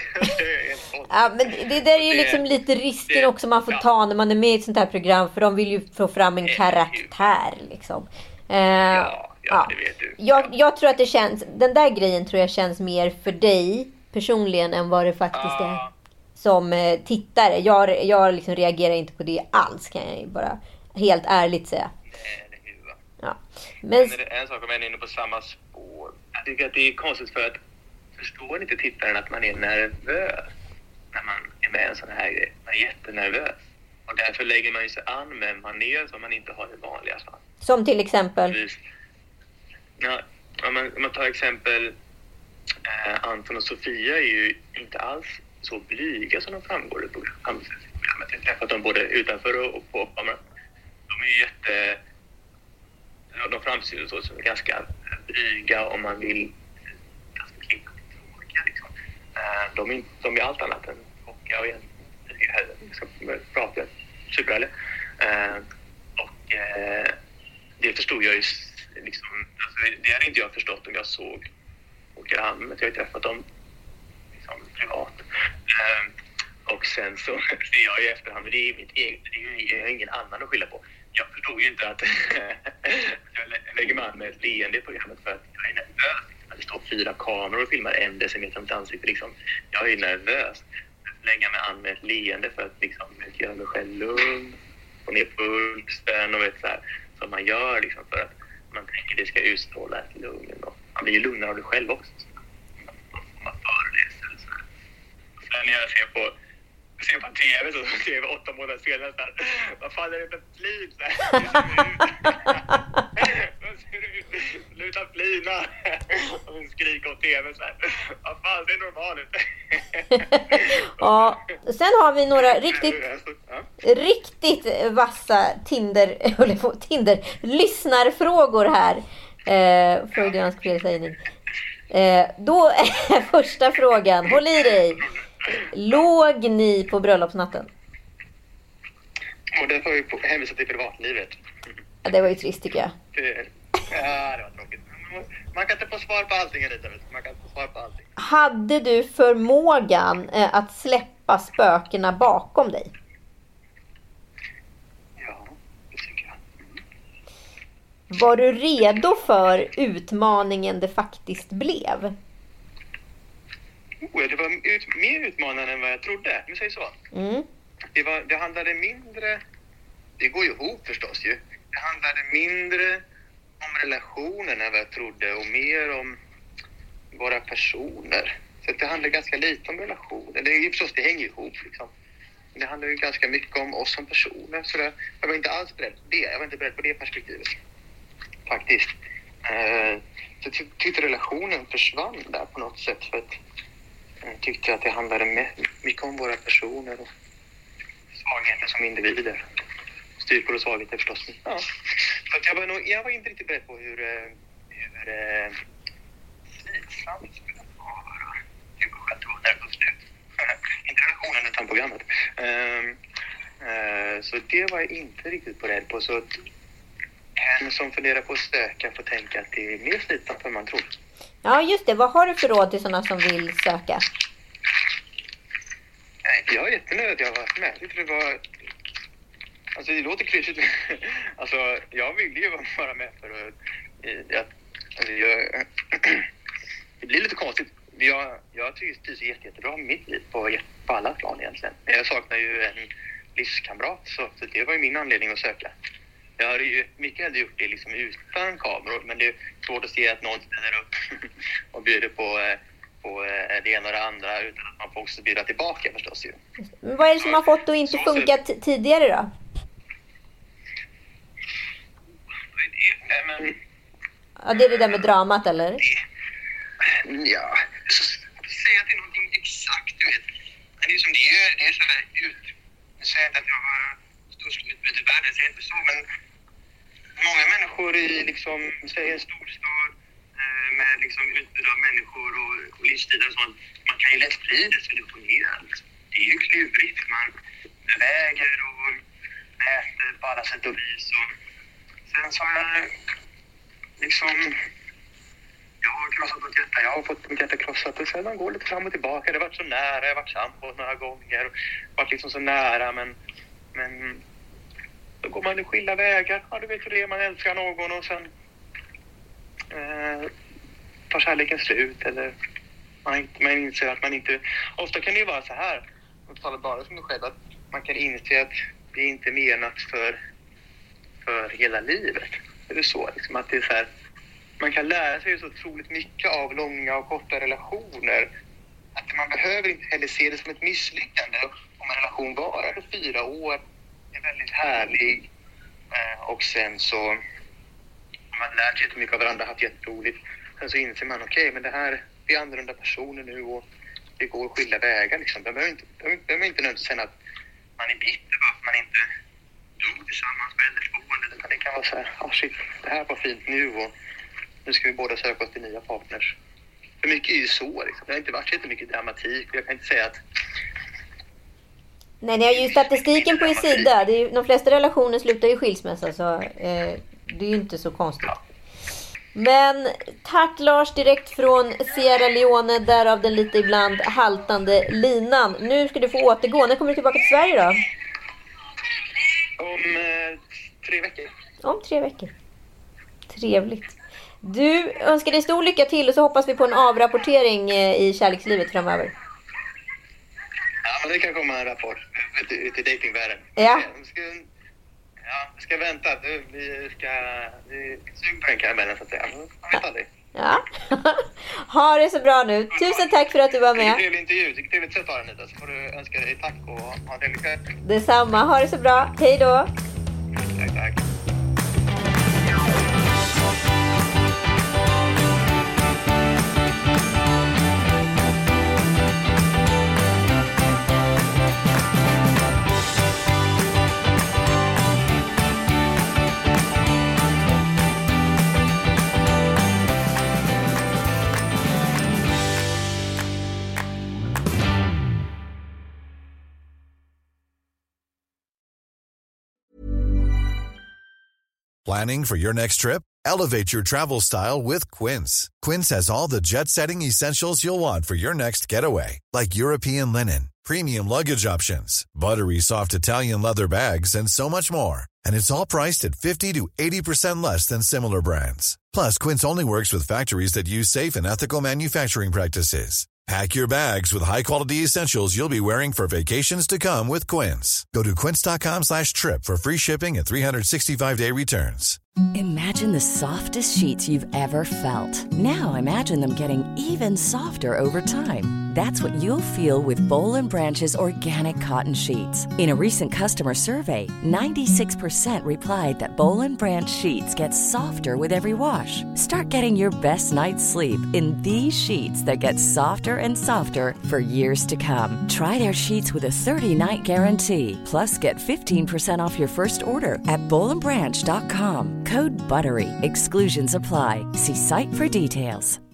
Ja, men det där är ju liksom lite risken också man får ta när man är med i ett sånt här program. För de vill ju få fram en karaktär liksom. Ja, det vet du. Jag tror att det känns, den där grejen tror jag känns mer för dig personligen än vad det faktiskt är som tittare. Jag liksom reagerar inte på det alls, kan jag ju bara helt ärligt säga. Ja. Men är det en sak om jag är inne på samma spår. Jag tycker att det är konstigt för att förstår inte tittaren att man är nervös när man är med en sån här grej. Man är jättenervös. Och därför lägger man ju sig an med manér som man inte har i vanliga fall. Som till exempel? Ja, om man tar exempel Anton och Sofia är ju inte alls så blyga som de framgår i programmet. Jag har träffat dem både utanför och på kameran. De är ju de framstår så som ganska blyga om man vill ganska klinka till tråkiga liksom. De är allt annat än tråkiga och egentligen heller. Liksom, pratar superhärligt. Och det förstod jag ju liksom, alltså, det hade inte jag förstått om jag såg programmet. Jag har ju träffat dem liksom, privat. Och sen så ser jag i efterhand, men det är mitt eget, det är ingen annan att skylla på. Jag förstod ju inte att jag lägger mig an med ett leende i programmet för att jag är nervös. Att det står 4 kameror och filmar 1 decimeter om ett ansikte. Liksom. Jag är nervös. Jag lägger mig an med ett leende för att liksom, göra mig själv lugn. Och ner pulsen och vet så här. Som man gör liksom, för att man tänker att det ska utstråla ett lugn. Och man blir ju lugnare av det själv också. Om man föreläser eller så här. Och sen när jag ser på tv så ser vi 8 månader senare så här, vad fan är det för flin så här? Vad ser det ut? Sluta flina! Och skrika åt tv så här. Vad fan, det är normalt. Ja, sen har vi några riktigt vassa Tinder lyssnarfrågor här. Freudiansk felsägning. Då är första frågan, håll i dig. Låg ni på bröllopsnatten? Och det får vi hänvisa till privatlivet. Ja, det var ju trist tycker jag. Det var tråkigt. Man kan inte få svar på allting, Anita. Man kan inte få svar på allting. Hade du förmågan att släppa spökena bakom dig? Ja, det tycker jag. Var du redo för utmaningen det faktiskt blev? Det var mer utmanande än vad jag trodde. Men säg så. Det handlade mindre... Det går ju ihop förstås ju. Det handlade mindre om relationen än vad jag trodde och mer om våra personer. Så det handlar ganska lite om relationer. Det är ju förstås, det hänger ihop liksom. Men det handlar ju ganska mycket om oss som personer. Så jag var inte alls beredd på det. Jag var inte beredd på det perspektivet. Faktiskt. Så jag tyckte relationen försvann där på något sätt. För att jag tyckte att det handlade mycket om våra personer och svagheter som individer. Styrkor och svagheter förstås. Ja. Så att jag var inte riktigt beredd på hur slitsamt det skulle vara. Gud vad skönt det var när det var slut. Inte relationen utan programmet. Så det var jag inte riktigt beredd på. Så att en som funderar på att söka får tänka att det är mer slitsamt än man tror. Ja, just det. Vad har du för råd till sådana som vill söka? Jag är jättenöjd att jag har varit med. Det var... Alltså det låter klyschigt. Alltså jag ville ju vara med för att... det blir lite konstigt. Jag trivs jättebra med mitt liv på alla plan egentligen. Jag saknar ju en livskamrat. Så det var ju min anledning att söka. Jag har ju mycket hellre gjort det liksom utan kameror. Men det är svårt att se att någon ställer upp och bjuder på det ena och det andra utan att man får också bjuda tillbaka förstås ju. Men vad är det som har fått att inte funkat tidigare då? Ja, det är det där med dramat, eller? Ja, så säga att det är någonting exakt, du vet. Men det är som det är så där jag säger inte att jag har störst utbyte i världen, säger inte så, men många människor i liksom, säg en storstad med liksom utbud av människor och livsstilar och sånt, man kan ju lätt bli desillusionerad. Det är ju klurigt, man väger och äter på alla sätt och vis och sen så har jag liksom, jag har krossat något hjärta, jag har fått mitt hjärta krossat och sen man går lite fram och tillbaka. Det har varit så nära, jag har varit sambo några gånger och varit liksom så nära men då går man i skilda vägar. Ja, du vet hur det är, man älskar någon och sen tar kärleken slut eller man inser att man inte, ofta kan det ju vara så här, och tala bara som du själv, att man kan inse att det är inte menat för hela livet. Det är så liksom att det är så här, man kan lära sig så otroligt mycket av långa och korta relationer att man behöver inte heller se det som ett misslyckande om en relation varar 4 år, är väldigt härlig och sen så har man lärt sig mycket av varandra, haft jätteroligt, sen så inser man okej, men det här är annorlunda personer nu och det går skilda vägar liksom. Det behöver inte nödvändigtvis känna att man är bitter för att man inte dog tillsammans på äldreboendet, utan det kan vara så här, shit, det här var fint nu och nu ska vi båda söka oss till nya partners. För mycket är ju så liksom. Det har inte varit så mycket dramatik. Jag kan inte säga att... Nej, ni har ju statistiken på er sida. De flesta relationer slutar ju skilsmässa, så det är ju inte så konstigt. Men tack Lars, direkt från Sierra Leone, därav den lite ibland haltande linan. Nu ska du få återgå. När kommer du tillbaka till Sverige då? Om 3 veckor. Om 3 veckor. Trevligt. Du, önskar dig stor lycka till och så hoppas vi på en avrapportering i kärlekslivet framöver. Ja, men det kan komma en rapport ut i datingvärlden. Ja. Jag ska vänta. Vi ska suga på den karamellen så att säga. Jag vet aldrig. Ja. Ha det så bra nu. Tusen tack för att du var med. Trevlig intervju. Trevligt sätt att ha den, Anita. Så får du önska dig tack och ha en trevlig kväll. Detsamma. Ha det så bra. Hej då. Tack. Planning for your next trip? Elevate your travel style with Quince. Quince has all the jet-setting essentials you'll want for your next getaway, like European linen, premium luggage options, buttery soft Italian leather bags, and so much more. And it's all priced at 50 to 80% less than similar brands. Plus, Quince only works with factories that use safe and ethical manufacturing practices. Pack your bags with high-quality essentials you'll be wearing for vacations to come with Quince. Go to quince.com/trip for free shipping and 365-day returns. Imagine the softest sheets you've ever felt. Now imagine them getting even softer over time. That's what you'll feel with Boll & Branch's organic cotton sheets. In a recent customer survey, 96% replied that Boll & Branch sheets get softer with every wash. Start getting your best night's sleep in these sheets that get softer and softer for years to come. Try their sheets with a 30-night guarantee. Plus, get 15% off your first order at bollandbranch.com. Code BUTTERY. Exclusions apply. See site for details.